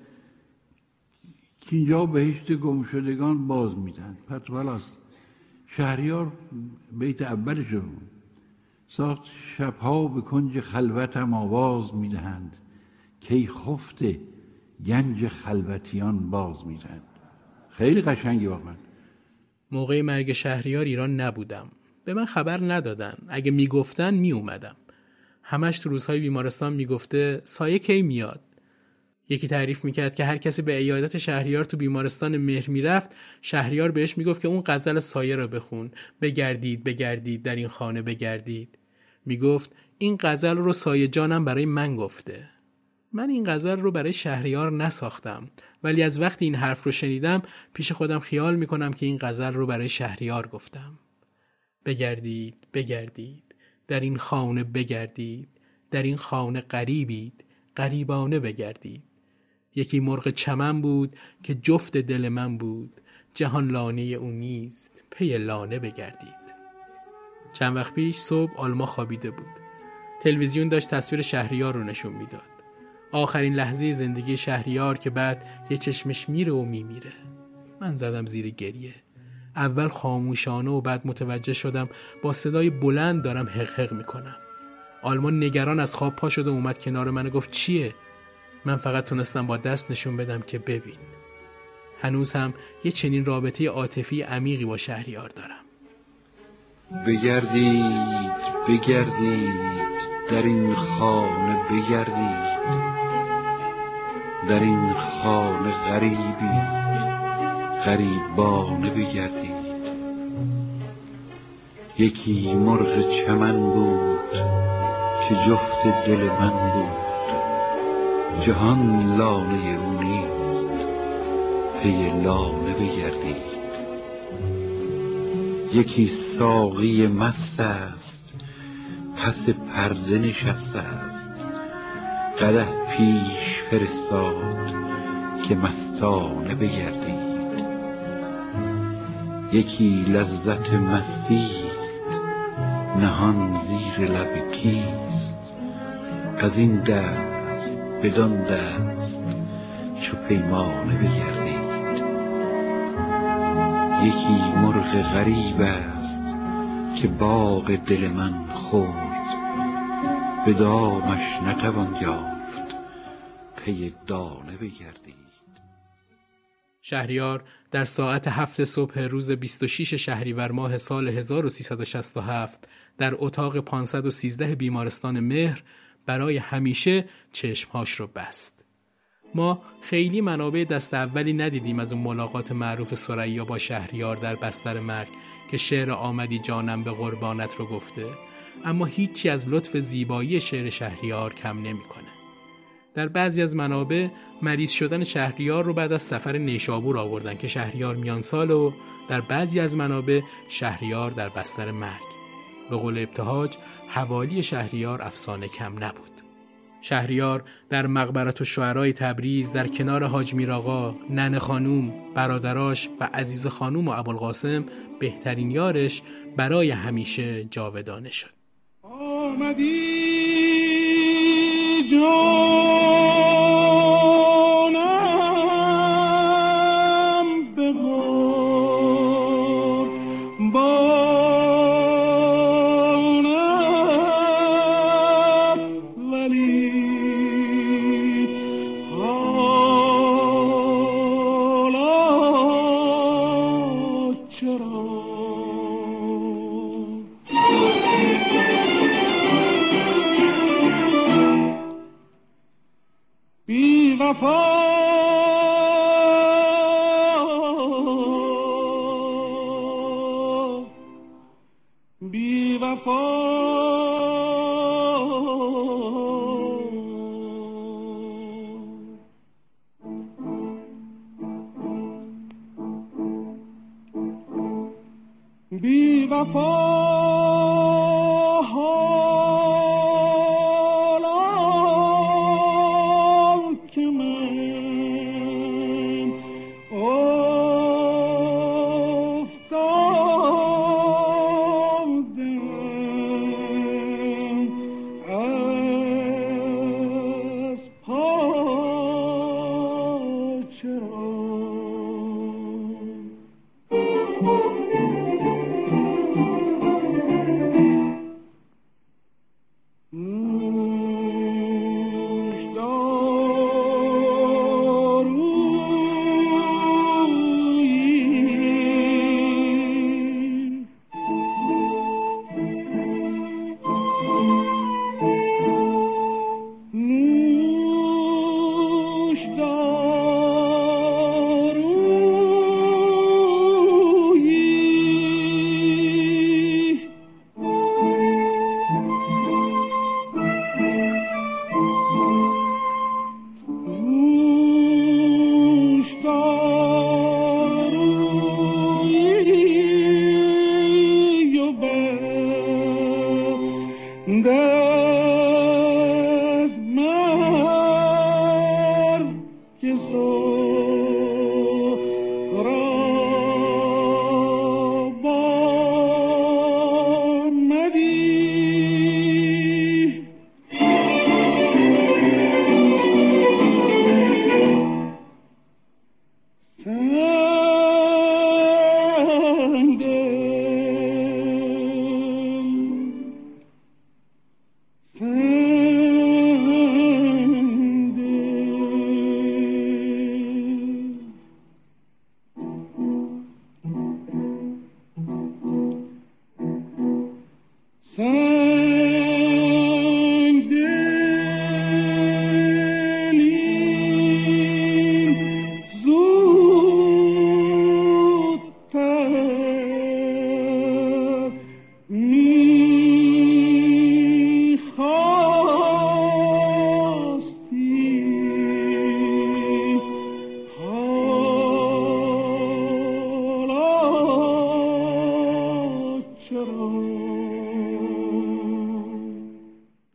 که اینجا بهشت گم شدگان باز میدن. پس خلاص شهریار بیت اولشو ساخت، شبها به کنج خلوتم آواز میدهند کی خفته گنج خلوتیان باز میدهند. خیلی قشنگی واقعا. موقع مرگ شهریار ایران نبودم. به من خبر ندادن. اگه میگفتن میومدم. همش تو روزهای بیمارستان میگفته سایه کی میاد. یکی تعریف میکرد که هر کسی به عیادت شهریار تو بیمارستان مهر میرفت، شهریار بهش میگفت که اون غزل سایه رو بخون، بگردید بگردید در این خانه بگردید. میگفت این غزل رو سایه جانم برای من گفته. من این غزل رو برای شهریار نساختم، ولی از وقتی این حرف رو شنیدم پیش خودم خیال میکنم که این غزل رو برای شهریار گفتم. بگردید بگردید در این خانه بگردید، در این خانه غریبید غریبانه بگردید. یکی مرغ چمن بود که جفت دل من بود، جهان لانه او نیست پی لانه بگردید. چند وقت پیش صبح آلما خوابیده بود. تلویزیون داشت تصویر شهریار رو نشون میداد. آخرین لحظه زندگی شهریار که بعد یه چشمش میره و میمیره. من زدم زیر گریه. اول خاموشانه و بعد متوجه شدم با صدای بلند دارم حق حق میکنم. آلما نگران از خواب پا شد و اومد کنار من و گفت چیه؟ من فقط تونستم با دست نشون بدم که ببین. هنوز هم یه چنین رابطه عاطفی عمیقی با شهریار دارم. بگردید بگردید در این خانه بگردید، در این خانه غریبی غریبانه بگردید. یکی مرغ چمن بود که جفت دل من بود، جهان لانه او نیست پی لانه بگردید. یکی ساقی مست است پس پرده نشسته است، قدح پیش فرستاد که مستانه بگردید. یکی لذت مستی است نهان زیر لب کیست، از این دست بدان دست چو پیمانه بگردید. یکی مرغ غریب است که باغ دل من خورد، به دامش نتوان یافت پی دانه بگردید. شهریار در ساعت هفت صبح روز بیست و شش شهریور ماه سال هزار و سیصد و شصت و هفت در اتاق پانصد و سیزده بیمارستان مهر برای همیشه چشمهاش رو بست. ما خیلی منابع دست اولی ندیدیم از اون ملاقات معروف ثریا با شهریار در بستر مرگ که شعر آمدی جانم به قربانت رو گفته، اما هیچی از لطف زیبایی شعر شهریار کم نمی‌کنه. در بعضی از منابع مریض شدن شهریار رو بعد از سفر نیشابور آوردن که شهریار میان سال، و در بعضی از منابع شهریار در بستر مرگ. به قول ابتهاج حوالی شهریار افسانه کم نبود. شهریار در مقبرة الشعراء تبریز در کنار حاج میرآقا، ننه خانوم، برادراش و عزیز خانوم و ابوالقاسم بهترین یارش برای همیشه جاودانه شد. آمدی جانم به قربانت، ولی حالا چرا بی وفا بی وفا بی وفا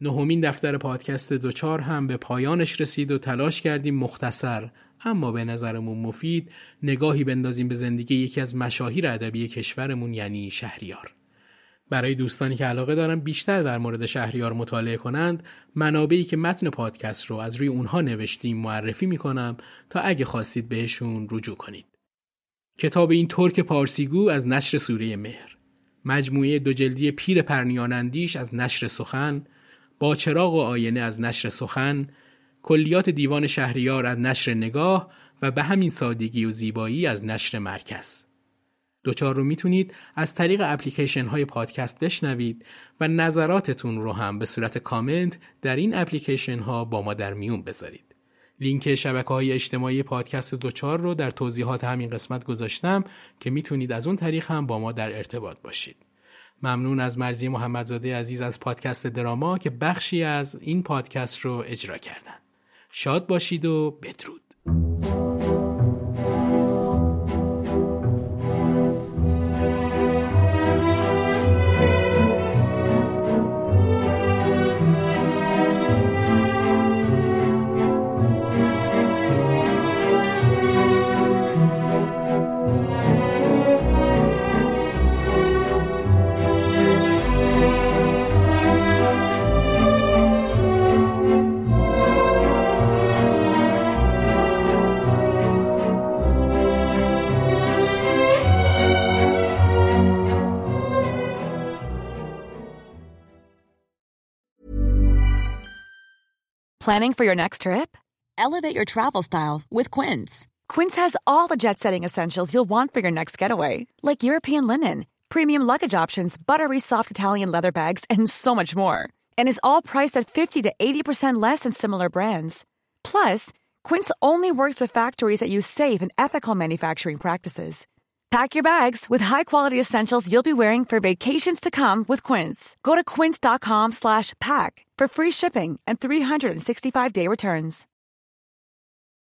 نهمین دفتر پادکست دوچار هم به پایانش رسید و تلاش کردیم مختصر اما به نظرمون مفید نگاهی بندازیم به زندگی یکی از مشاهیر ادبی کشورمون یعنی شهریار. برای دوستانی که علاقه دارن بیشتر در مورد شهریار مطالعه کنند، منابعی که متن پادکست رو از روی اونها نوشتیم معرفی میکنم تا اگه خواستید بهشون رجوع کنید. کتاب این ترک پارسیگو از نشر سوره مهر، مجموعه دو جلدی پیر پرنیان اندیش از نشر سخن، با چراغ و آینه از نشر سخن، کلیات دیوان شهریار از نشر نگاه و به همین سادگی و زیبایی از نشر مرکز. دوچار رو میتونید از طریق اپلیکیشن های پادکست بشنوید و نظراتتون رو هم به صورت کامنت در این اپلیکیشن ها با ما در میون بذارید. لینک شبکه‌های اجتماعی پادکست دوچار رو در توضیحات همین قسمت گذاشتم که میتونید از اون طریق هم با ما در ارتباط باشید. ممنون از مرضی محمدزاده عزیز از پادکست دراما که بخشی از این پادکست رو اجرا کردن. شاد باشید و بدرود. Planning for your next trip? Elevate your travel style with Quince. Quince has all the jet-setting essentials you'll want for your next getaway, like European linen, premium luggage options, buttery soft Italian leather bags, and so much more. And is all priced at fifty to eighty percent less than similar brands. Plus, Quince only works with factories that use safe and ethical manufacturing practices. Pack your bags with high-quality essentials you'll be wearing for vacations to come with Quince. Go to quince.com slash pack for free shipping and three sixty-five day returns.